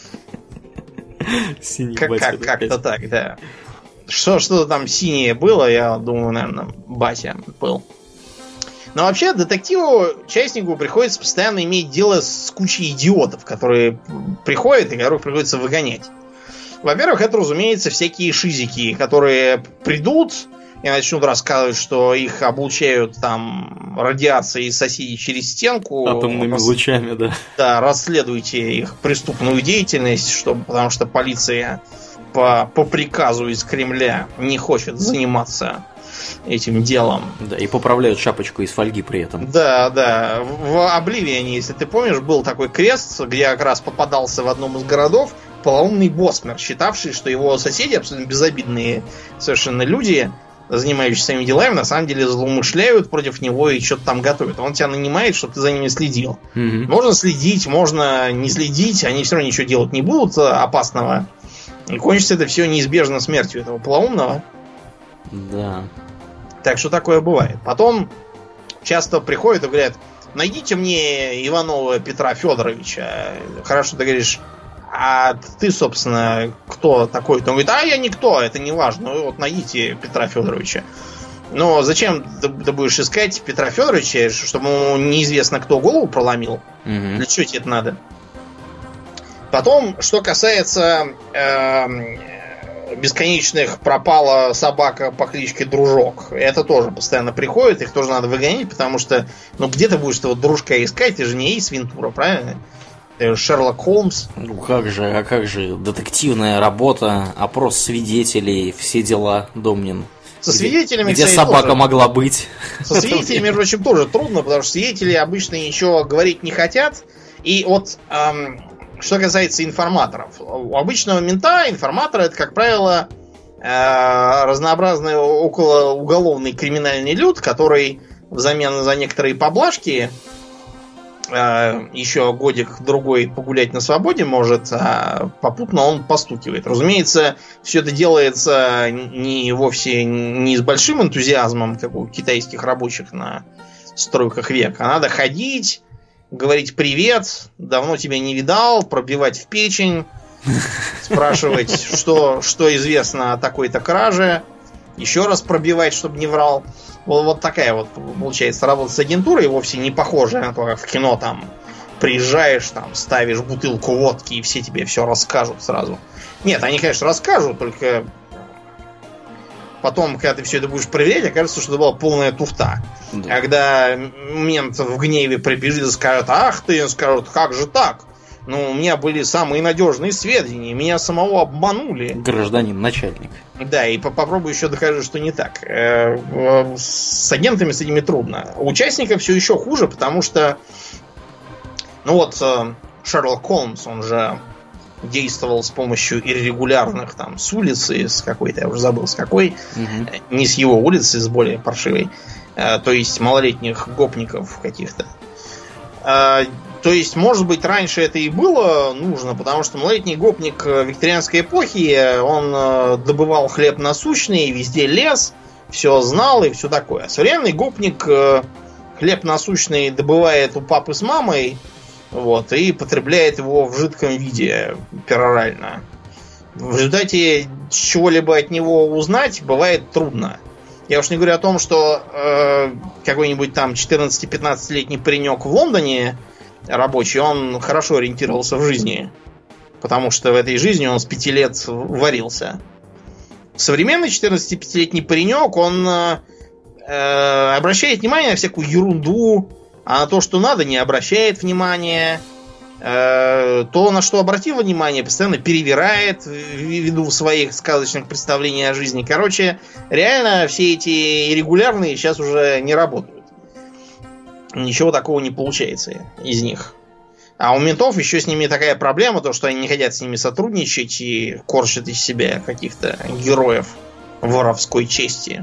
Как, как-то так, да. Что, что-то там синее было, я думаю, наверное, батя был. Но вообще детективу, частнику приходится постоянно иметь дело с кучей идиотов, которые приходят и которых приходится выгонять. Во-первых, это, разумеется, всякие шизики, которые придут и начнут рассказывать, что их облучают там радиацией соседей через стенку. Атомными рас... лучами, да. Да, расследуйте их преступную деятельность, чтобы, потому что полиция по, по приказу из Кремля не хочет заниматься этим делом. Да, и поправляют шапочку из фольги при этом. Да, да. В Обливионе, если ты помнишь, был такой квест, где как раз попадался в одном из городов полоумный Босмер, считавший, что его соседи, абсолютно безобидные совершенно люди, занимающиеся своими делами, на самом деле злоумышляют против него и что-то там готовят. Он тебя нанимает, чтобы ты за ними следил. Mm-hmm. Можно следить, можно не следить, они все равно ничего делать не будут опасного. И кончится это все неизбежно смертью этого полоумного. Да. Так что такое бывает. Потом часто приходят и говорят: найдите мне Иванова Петра Федоровича. Хорошо, ты говоришь: а ты, собственно, кто такой? Он говорит: а я никто, это не важно. Ну, вот найдите Петра Федоровича. Но зачем ты, ты будешь искать Петра Федоровича, чтобы ему неизвестно кто голову проломил? Угу. Для чего тебе это надо? Потом, что касается э, бесконечных пропала собака по кличке Дружок. Это тоже постоянно приходит, их тоже надо выгонять, потому что, ну, где ты будешь этого дружка искать? Ты же не Эйс Вентура, правильно? Ты же Шерлок Холмс. Ну как же, а как же детективная работа, опрос свидетелей, все дела, Домнин. Со свидетелями, где, кстати, собака тоже, могла быть. Со свидетелями, между прочим, тоже трудно, потому что свидетели обычно ничего говорить не хотят. И вот эм, что касается информаторов. У обычного мента информатор — это, как правило, э, разнообразный околоуголовный криминальный люд, который взамен за некоторые поблажки э, еще годик-другой погулять на свободе может, а попутно он постукивает. Разумеется, все это делается не вовсе не с большим энтузиазмом, как у китайских рабочих на стройках века. А надо ходить, говорить привет, давно тебя не видал, пробивать в печень, спрашивать, что, что известно о такой-то краже, еще раз пробивать, чтобы не врал. Вот, вот такая вот получается работа с агентурой, вовсе не похожая на то, как в кино там приезжаешь, там ставишь бутылку водки и все тебе все расскажут сразу. Нет, они, конечно, расскажут, только потом, когда ты все это будешь проверять, окажется, что это была полная туфта. Да. Когда мент в гневе прибежит и скажет: ах ты, скажут, как же так? Ну, у меня были самые надежные сведения, меня самого обманули. Гражданин начальник. Да, и попробуй еще докажи, что не так. С агентами с этими трудно. У участников все еще хуже, потому что, ну вот, Шерлок Холмс, он же действовал с помощью иррегулярных, там, с улицы, с какой-то, я уже забыл, с какой, угу. Не с его улицы, с более паршивой, то есть малолетних гопников каких-то. То есть, может быть, раньше это и было нужно, потому что малолетний гопник викторианской эпохи, он добывал хлеб насущный, везде лез, все знал и все такое. Современный гопник хлеб насущный добывает у папы с мамой, вот, и потребляет его в жидком виде, перорально. В результате чего-либо от него узнать бывает трудно. Я уж не говорю о том, что э, какой-нибудь там четырнадцати-пятнадцатилетний паренек в Лондоне рабочий, он хорошо ориентировался в жизни, потому что в этой жизни он с пяти лет варился. Современный четырнадцатипятилетний паренек, он э, обращает внимание на всякую ерунду, а на то, что надо, не обращает внимания. Э, то, на что обратил внимание, постоянно перевирает ввиду своих сказочных представлений о жизни. Короче, реально все эти регулярные сейчас уже не работают. Ничего такого не получается из них. А у ментов еще с ними такая проблема, то что они не хотят с ними сотрудничать и корчат из себя каких-то героев воровской чести.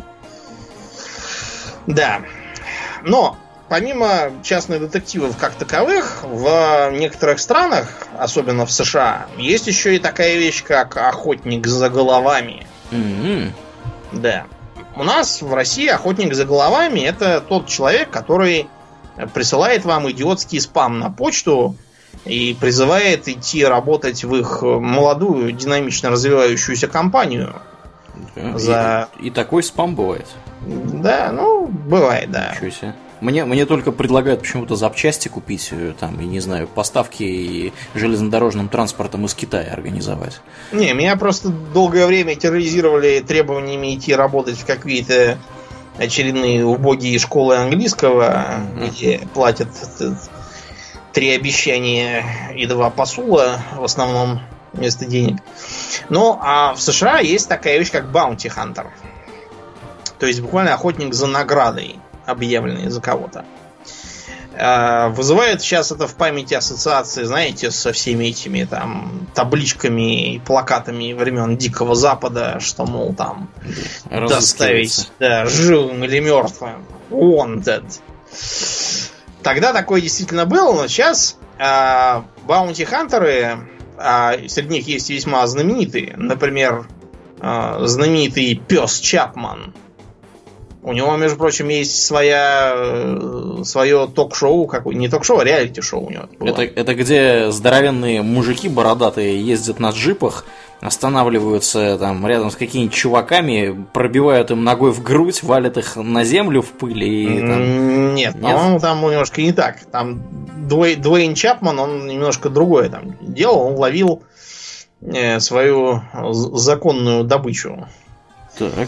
Да. Но помимо частных детективов как таковых, в некоторых странах, особенно в США, есть еще и такая вещь, как охотник за головами. Mm-hmm. Да. У нас в России охотник за головами — это тот человек, который присылает вам идиотский спам на почту и призывает идти работать в их молодую, динамично развивающуюся компанию. Да, за... и, и такой спам бывает. Да, ну, бывает, да. Ничего себе. Мне, мне только предлагают почему-то запчасти купить, там, я не знаю, поставки железнодорожным транспортом из Китая организовать. Не, меня просто долгое время терроризировали требованиями идти работать в какие-то очередные убогие школы английского, mm-hmm. где платят три обещания и два посула в основном вместо денег. Ну, а в США есть такая вещь, как Bounty Hunter. То есть буквально охотник за наградой, объявленный за кого-то. Вызывает сейчас это в памяти ассоциации, знаете, со всеми этими там табличками и плакатами времен Дикого Запада, что, мол, там доставить, да, живым или мертвым. Wanted. Тогда такое действительно было, но сейчас баунти-хантеры, а среди них есть весьма знаменитые. Например, знаменитый пес Чапман. У него, между прочим, есть своя, свое ток-шоу, какое, не ток-шоу, а реалити-шоу у него было. Это, это где здоровенные мужики бородатые ездят на джипах, останавливаются там рядом с какими-нибудь чуваками, пробивают им ногой в грудь, валят их на землю в пыль и там... Нет, Нет, по-моему, там немножко не так. Там Дуэй, Дуэйн Чапман, он немножко другое там делал, он ловил э, свою законную добычу. Так.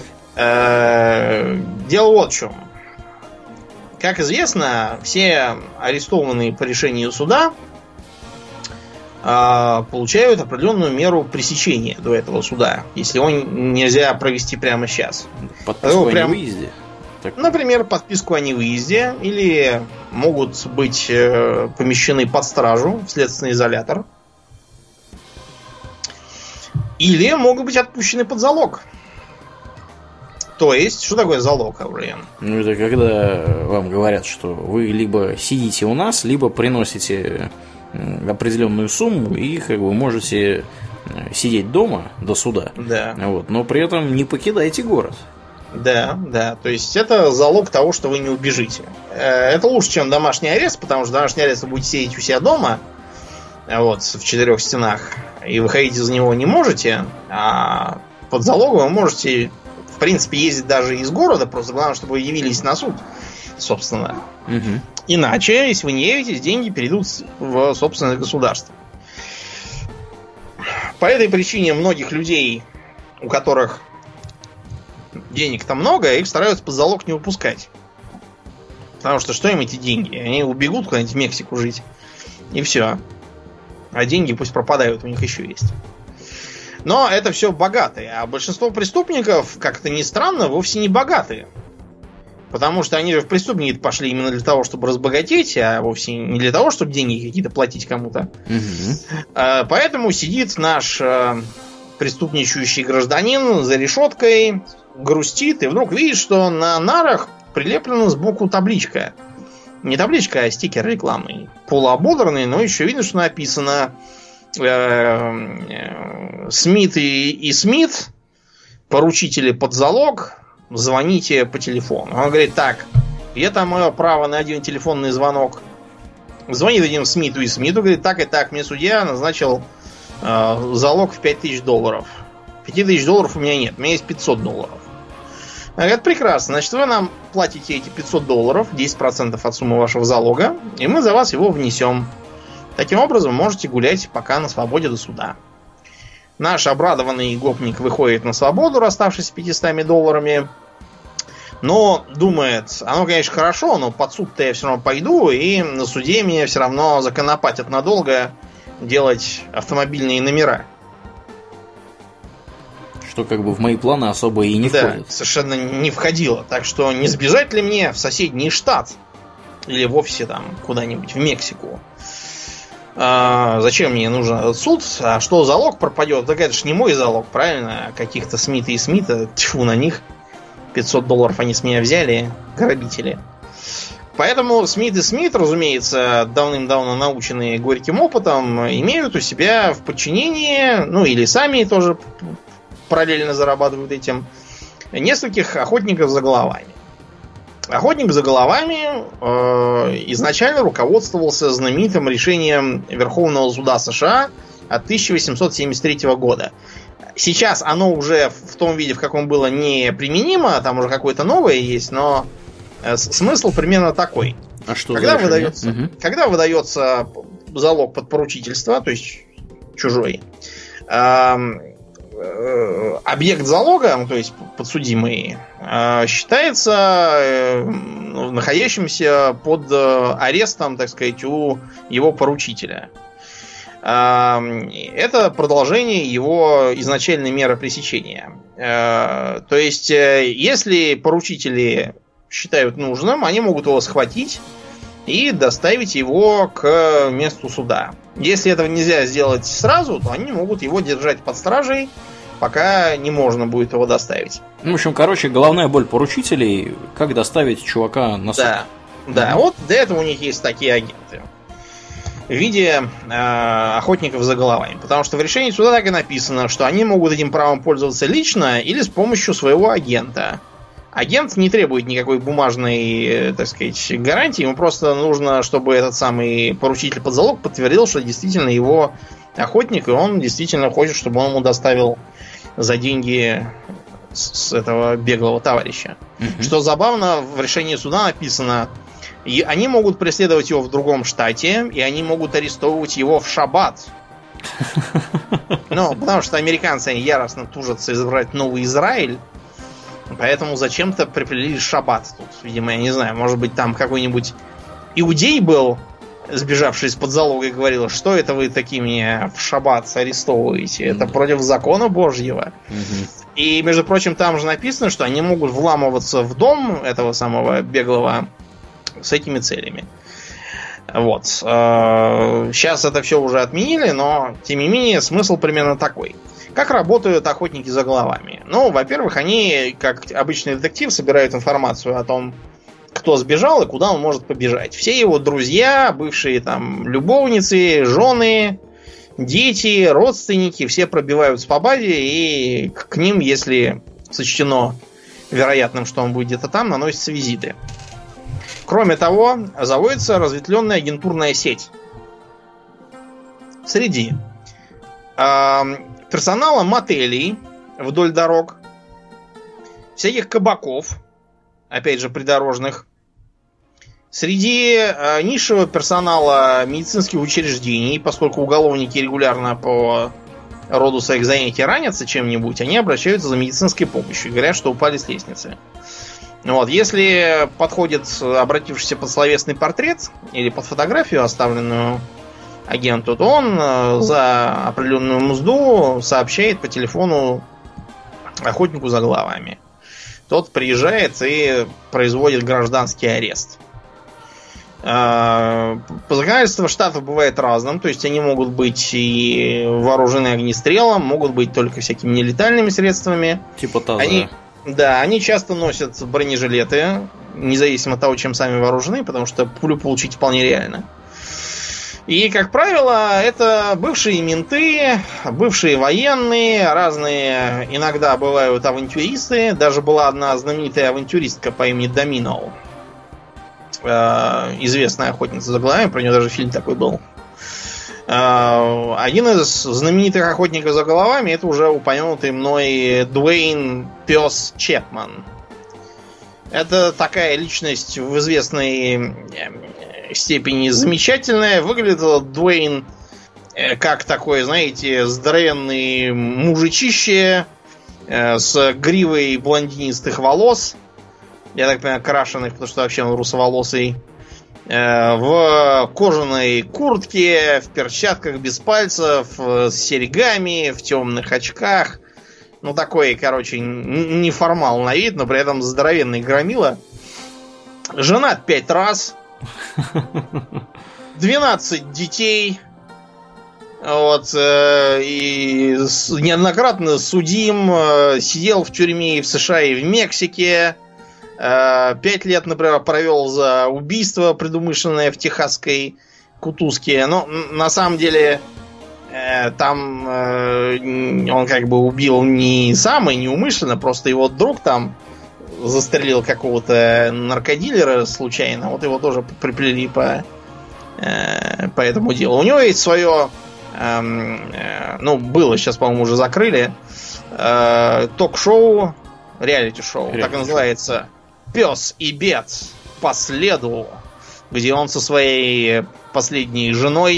Дело вот в чем. Как известно, все арестованные по решению суда получают определенную меру пресечения до этого суда, если его нельзя провести прямо сейчас. Подписку прям... о невыезде? Так. Например, подписку о невыезде, или могут быть помещены под стражу в следственный изолятор, или могут быть отпущены под залог. То есть, что такое залог, Аурлиен? Ну, это когда вам говорят, что вы либо сидите у нас, либо приносите определенную сумму и как бы можете сидеть дома до суда. Да. Вот, но при этом не покидайте город. Да, да. То есть это залог того, что вы не убежите. Это лучше, чем домашний арест, потому что домашний арест вы будете сидеть у себя дома, вот, в четырех стенах, и выходить из него не можете, а под залогом вы можете, в принципе, ездить даже из города, просто главное, чтобы вы явились на суд, собственно. Угу. Иначе, если вы не явитесь, деньги перейдут в собственное государство. По этой причине многих людей, у которых денег-то много, их стараются под залог не выпускать. Потому что что им эти деньги? Они убегут куда-нибудь в Мексику жить. И все. А деньги пусть пропадают, у них еще есть. Но это все богатые. А большинство преступников, как-то ни странно, вовсе не богатые. Потому что они же в преступники пошли именно для того, чтобы разбогатеть, а вовсе не для того, чтобы деньги какие-то платить кому-то. Угу. Поэтому сидит наш преступничающий гражданин за решеткой, грустит и вдруг видит, что на нарах прилеплена сбоку табличка. Не табличка, а стикер рекламный. Полуободранный, но еще видно, что написано э, Смит и, и Смит, поручители под залог, звоните по телефону. Он говорит, так, это мое право на один телефонный звонок. Звонит этим Смиту и Смиту, говорит, так и так, мне судья назначил э, залог в пять тысяч долларов. пять тысяч долларов у меня нет, у меня есть пятьсот долларов. Говорят, прекрасно, значит, вы нам платите эти пятьсот долларов, десять процентов от суммы вашего залога, и мы за вас его внесем. Таким образом, можете гулять пока на свободе до суда. Наш обрадованный гопник выходит на свободу, расставшись с пятьюстами долларами, но думает, оно, конечно, хорошо, но под суд-то я все равно пойду, и на суде меня все равно законопатят надолго делать автомобильные номера. Что как бы в мои планы особо и не да, входит. Совершенно не входило. Так что не сбежать ли мне в соседний штат? Или вовсе там куда-нибудь в Мексику? А, зачем мне нужен этот суд? А что залог пропадет? Так это ж не мой залог, правильно? Каких-то Смита и Смита. Тьфу на них. пятьсот долларов они с меня взяли. Грабители. Поэтому Смит и Смит, разумеется, давным-давно наученные горьким опытом, имеют у себя в подчинении, ну или сами тоже параллельно зарабатывают этим, нескольких охотников за головами. Охотник за головами э, изначально руководствовался знаменитым решением Верховного суда США от тысяча восемьсот семьдесят третьего года. Сейчас оно уже в том виде, в каком было, не применимо, там уже какое-то новое есть, но э, смысл примерно такой. А что когда за выдается, угу. когда выдается залог под поручительство, то есть чужой, э, объект залога, то есть подсудимый, считается находящимся под арестом, так сказать, у его поручителя. Это продолжение его изначальной меры пресечения. То есть, если поручители считают нужным, они могут его схватить и доставить его к месту суда. Если этого нельзя сделать сразу, то они могут его держать под стражей, пока не можно будет его доставить. Ну, в общем, короче, головная боль поручителей, как доставить чувака на суд. Да, да. Mm-hmm. Вот для этого у них есть такие агенты в виде э, охотников за головами. Потому что в решении суда так и написано, что они могут этим правом пользоваться лично или с помощью своего агента. Агент не требует никакой бумажной, так сказать, гарантии. Ему просто нужно, чтобы этот самый поручитель под залог подтвердил, что действительно его охотник, и он действительно хочет, чтобы он ему доставил за деньги с этого беглого товарища. Mm-hmm. Что забавно, в решении суда написано, и они могут преследовать его в другом штате, и они могут арестовывать его в шаббат. Ну, потому что американцы яростно тужатся избрать новый Израиль. Поэтому зачем-то приплели шаббат тут. Видимо, я не знаю, может быть, там какой-нибудь иудей был, сбежавший из-под залога, и говорил, что это вы такими в шаббат арестовываете? Это против закона Божьего. Mm-hmm. И, между прочим, там же написано, что они могут вламываться в дом этого самого беглого с этими целями. Вот. Сейчас это все уже отменили, но, тем не менее, смысл примерно такой. Как работают охотники за головами? Ну, во-первых, они, как обычный детектив, собирают информацию о том, кто сбежал и куда он может побежать. Все его друзья, бывшие там любовницы, жены, дети, родственники, все пробиваются по базе, и к ним, если сочтено вероятным, что он будет где-то там, наносятся визиты. Кроме того, заводится разветвленная агентурная сеть среди э, персонала мотелей вдоль дорог, всяких кабаков, опять же, придорожных, среди э, низшего персонала медицинских учреждений, поскольку уголовники регулярно по роду своих занятий ранятся чем-нибудь, они обращаются за медицинской помощью, говорят, что упали с лестницы. Вот, если подходит обратившийся под словесный портрет или под фотографию, оставленную агенту, то он э, за определенную мзду сообщает по телефону охотнику за головами. Тот приезжает и производит гражданский арест. По законодательству штатов бывает разным. То есть они могут быть и вооружены огнестрелом, могут быть только всякими нелетальными средствами. Типа таза. Они, да, они часто носят бронежилеты, независимо от того, чем сами вооружены, потому что пулю получить вполне реально. И, как правило, это бывшие менты, бывшие военные, разные, иногда бывают авантюристы. Даже была одна знаменитая авантюристка по имени Домино, известная охотница за головами, про нее даже фильм такой был. Один из знаменитых охотников за головами — это уже упомянутый мной Дуэйн Пес Чепман. Это такая личность в известной степени замечательная. Выглядел Дуэйн как такой, знаете, здоровенный мужичище с гривой блондинистых волос. Я так понимаю, крашеных, потому что вообще он русоволосый. В кожаной куртке, в перчатках без пальцев, с серьгами, в темных очках. Ну, такой, короче, неформал на вид, но при этом здоровенный громила. Женат пять раз. двенадцать детей. Вот. И неоднократно судим. Сидел в тюрьме и в США, и в Мексике. Пять лет, например, провел за убийство, предумышленное в техасской кутузке. Но на самом деле там он как бы убил не сам и не умышленно, просто его друг там застрелил какого-то наркодилера случайно. Вот его тоже приплели по, по этому делу. У него есть свое, ну, было, сейчас, по-моему, уже закрыли, ток-шоу, реалити-шоу, реалити-шоу. Так и называется «Пес и Бет по следу», где он со своей последней женой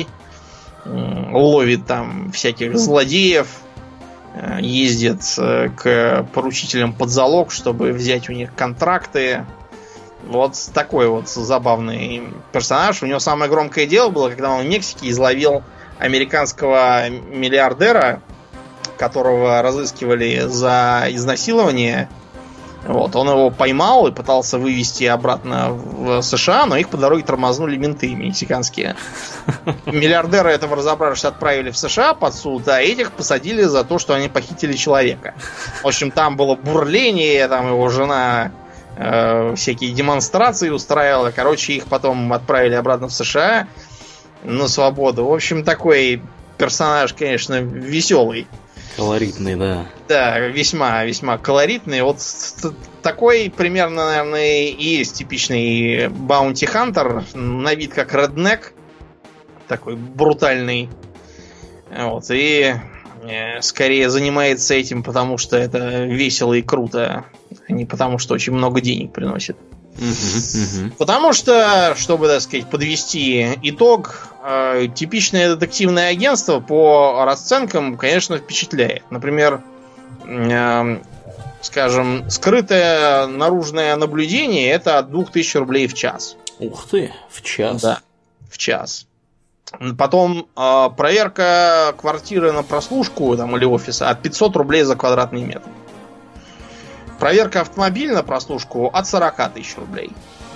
ловит там всяких злодеев, ездит к поручителям под залог, чтобы взять у них контракты. Вот такой вот забавный персонаж. У него самое громкое дело было, когда он в Мексике изловил американского миллиардера, которого разыскивали за изнасилование. Вот, он его поймал и пытался вывести обратно в США, но их по дороге тормознули менты мексиканские. Миллиардеры этого, разобравшись, отправили в США под суд, а этих посадили за то, что они похитили человека. В общем, там было бурление, там его жена э, всякие демонстрации устраивала. Короче, их потом отправили обратно в США на свободу. В общем, такой персонаж, конечно, веселый. Колоритный, да. Да, весьма-весьма колоритный. Вот такой примерно, наверное, и есть типичный баунти-хантер. На вид как реднек. Такой брутальный. Вот. И э, скорее занимается этим, потому что это весело и круто, а не потому что очень много денег приносит. Uh-huh, uh-huh. Потому что, чтобы, так сказать, подвести итог, э, типичное детективное агентство по расценкам, конечно, впечатляет. Например, э, скажем, скрытое наружное наблюдение — это от двух тысяч рублей в час. Ух ты, в час? Да, в час. Потом э, проверка квартиры на прослушку там, или офиса от пятьсот рублей за квадратный метр. Проверка автомобиля на прослушку от сорок тысяч рублей.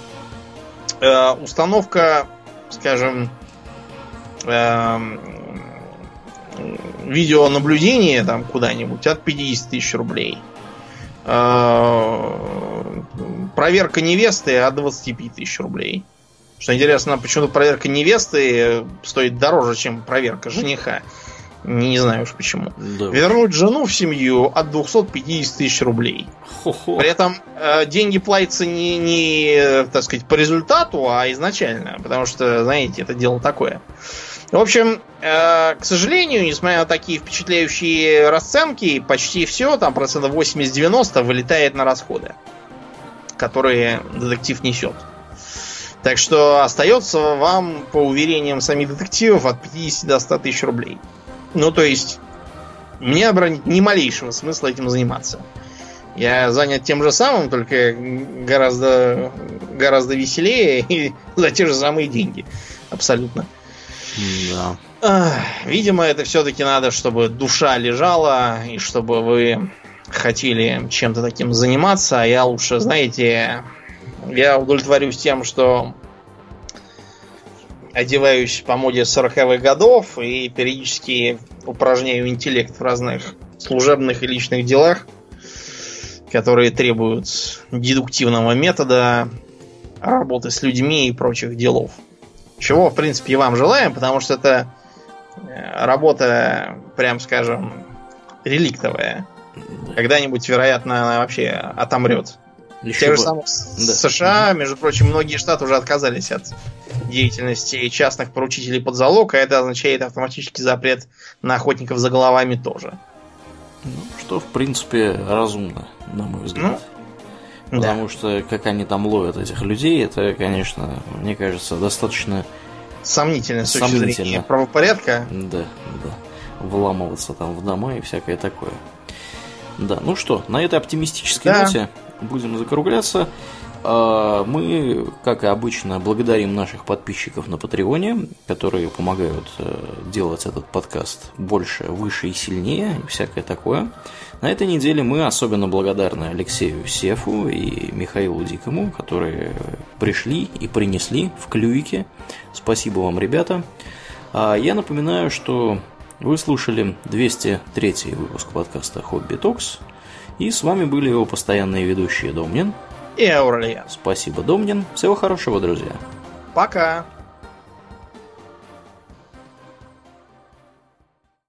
Э, установка, скажем, э, видеонаблюдение там куда-нибудь от пятьдесят тысяч рублей. Проверка невесты от двадцать пять тысяч рублей. Что интересно, почему-то проверка невесты стоит дороже, чем проверка жениха. Не знаю уж почему. Да. Вернуть жену в семью от двести пятьдесят тысяч рублей. Хо-хо. При этом э, деньги платятся не, не, так сказать, по результату, а изначально. Потому что, знаете, это дело такое. В общем, э, к сожалению, несмотря на такие впечатляющие расценки, почти все, там процентов восемьдесят-девяносто вылетает на расходы, которые детектив несет. Так что остается вам, по уверениям самих детективов, от пятидесяти до ста тысяч рублей. Ну, то есть, мне обронить ни малейшего смысла этим заниматься. Я занят тем же самым, только гораздо, гораздо веселее и за те же самые деньги. Абсолютно. Да. Видимо, это все-таки надо, чтобы душа лежала, и чтобы вы хотели чем-то таким заниматься. А я лучше, знаете, я удовлетворюсь тем, что одеваюсь по моде сороковых годов и периодически упражняю интеллект в разных служебных и личных делах, которые требуют дедуктивного метода, работы с людьми и прочих делов. Чего, в принципе, и вам желаем, потому что это работа, прям скажем, реликтовая. Когда-нибудь, вероятно, она вообще отомрет. В тех же самых да. США, между прочим, многие штаты уже отказались от деятельности частных поручителей под залог, а это означает автоматический запрет на охотников за головами тоже. Ну, что, в принципе, разумно, на мой взгляд. Ну, Потому да. что, как они там ловят этих людей, это, конечно, мне кажется, достаточно сомнительно с точки зрения правопорядка. Да, да. Вламываться там в дома и всякое такое. Да, ну что, на этой оптимистической да. ноте будем закругляться. Мы, как и обычно, благодарим наших подписчиков на Патреоне, которые помогают делать этот подкаст больше, выше и сильнее, и всякое такое. На этой неделе мы особенно благодарны Алексею Сефу и Михаилу Дикому, которые пришли и принесли в клювике. Спасибо вам, ребята. Я напоминаю, что вы слушали двести третий выпуск подкаста Хобби Токс, и с вами были его постоянные ведущие Домнин и Аурельян. Спасибо, Домнин. Всего хорошего, друзья. Пока.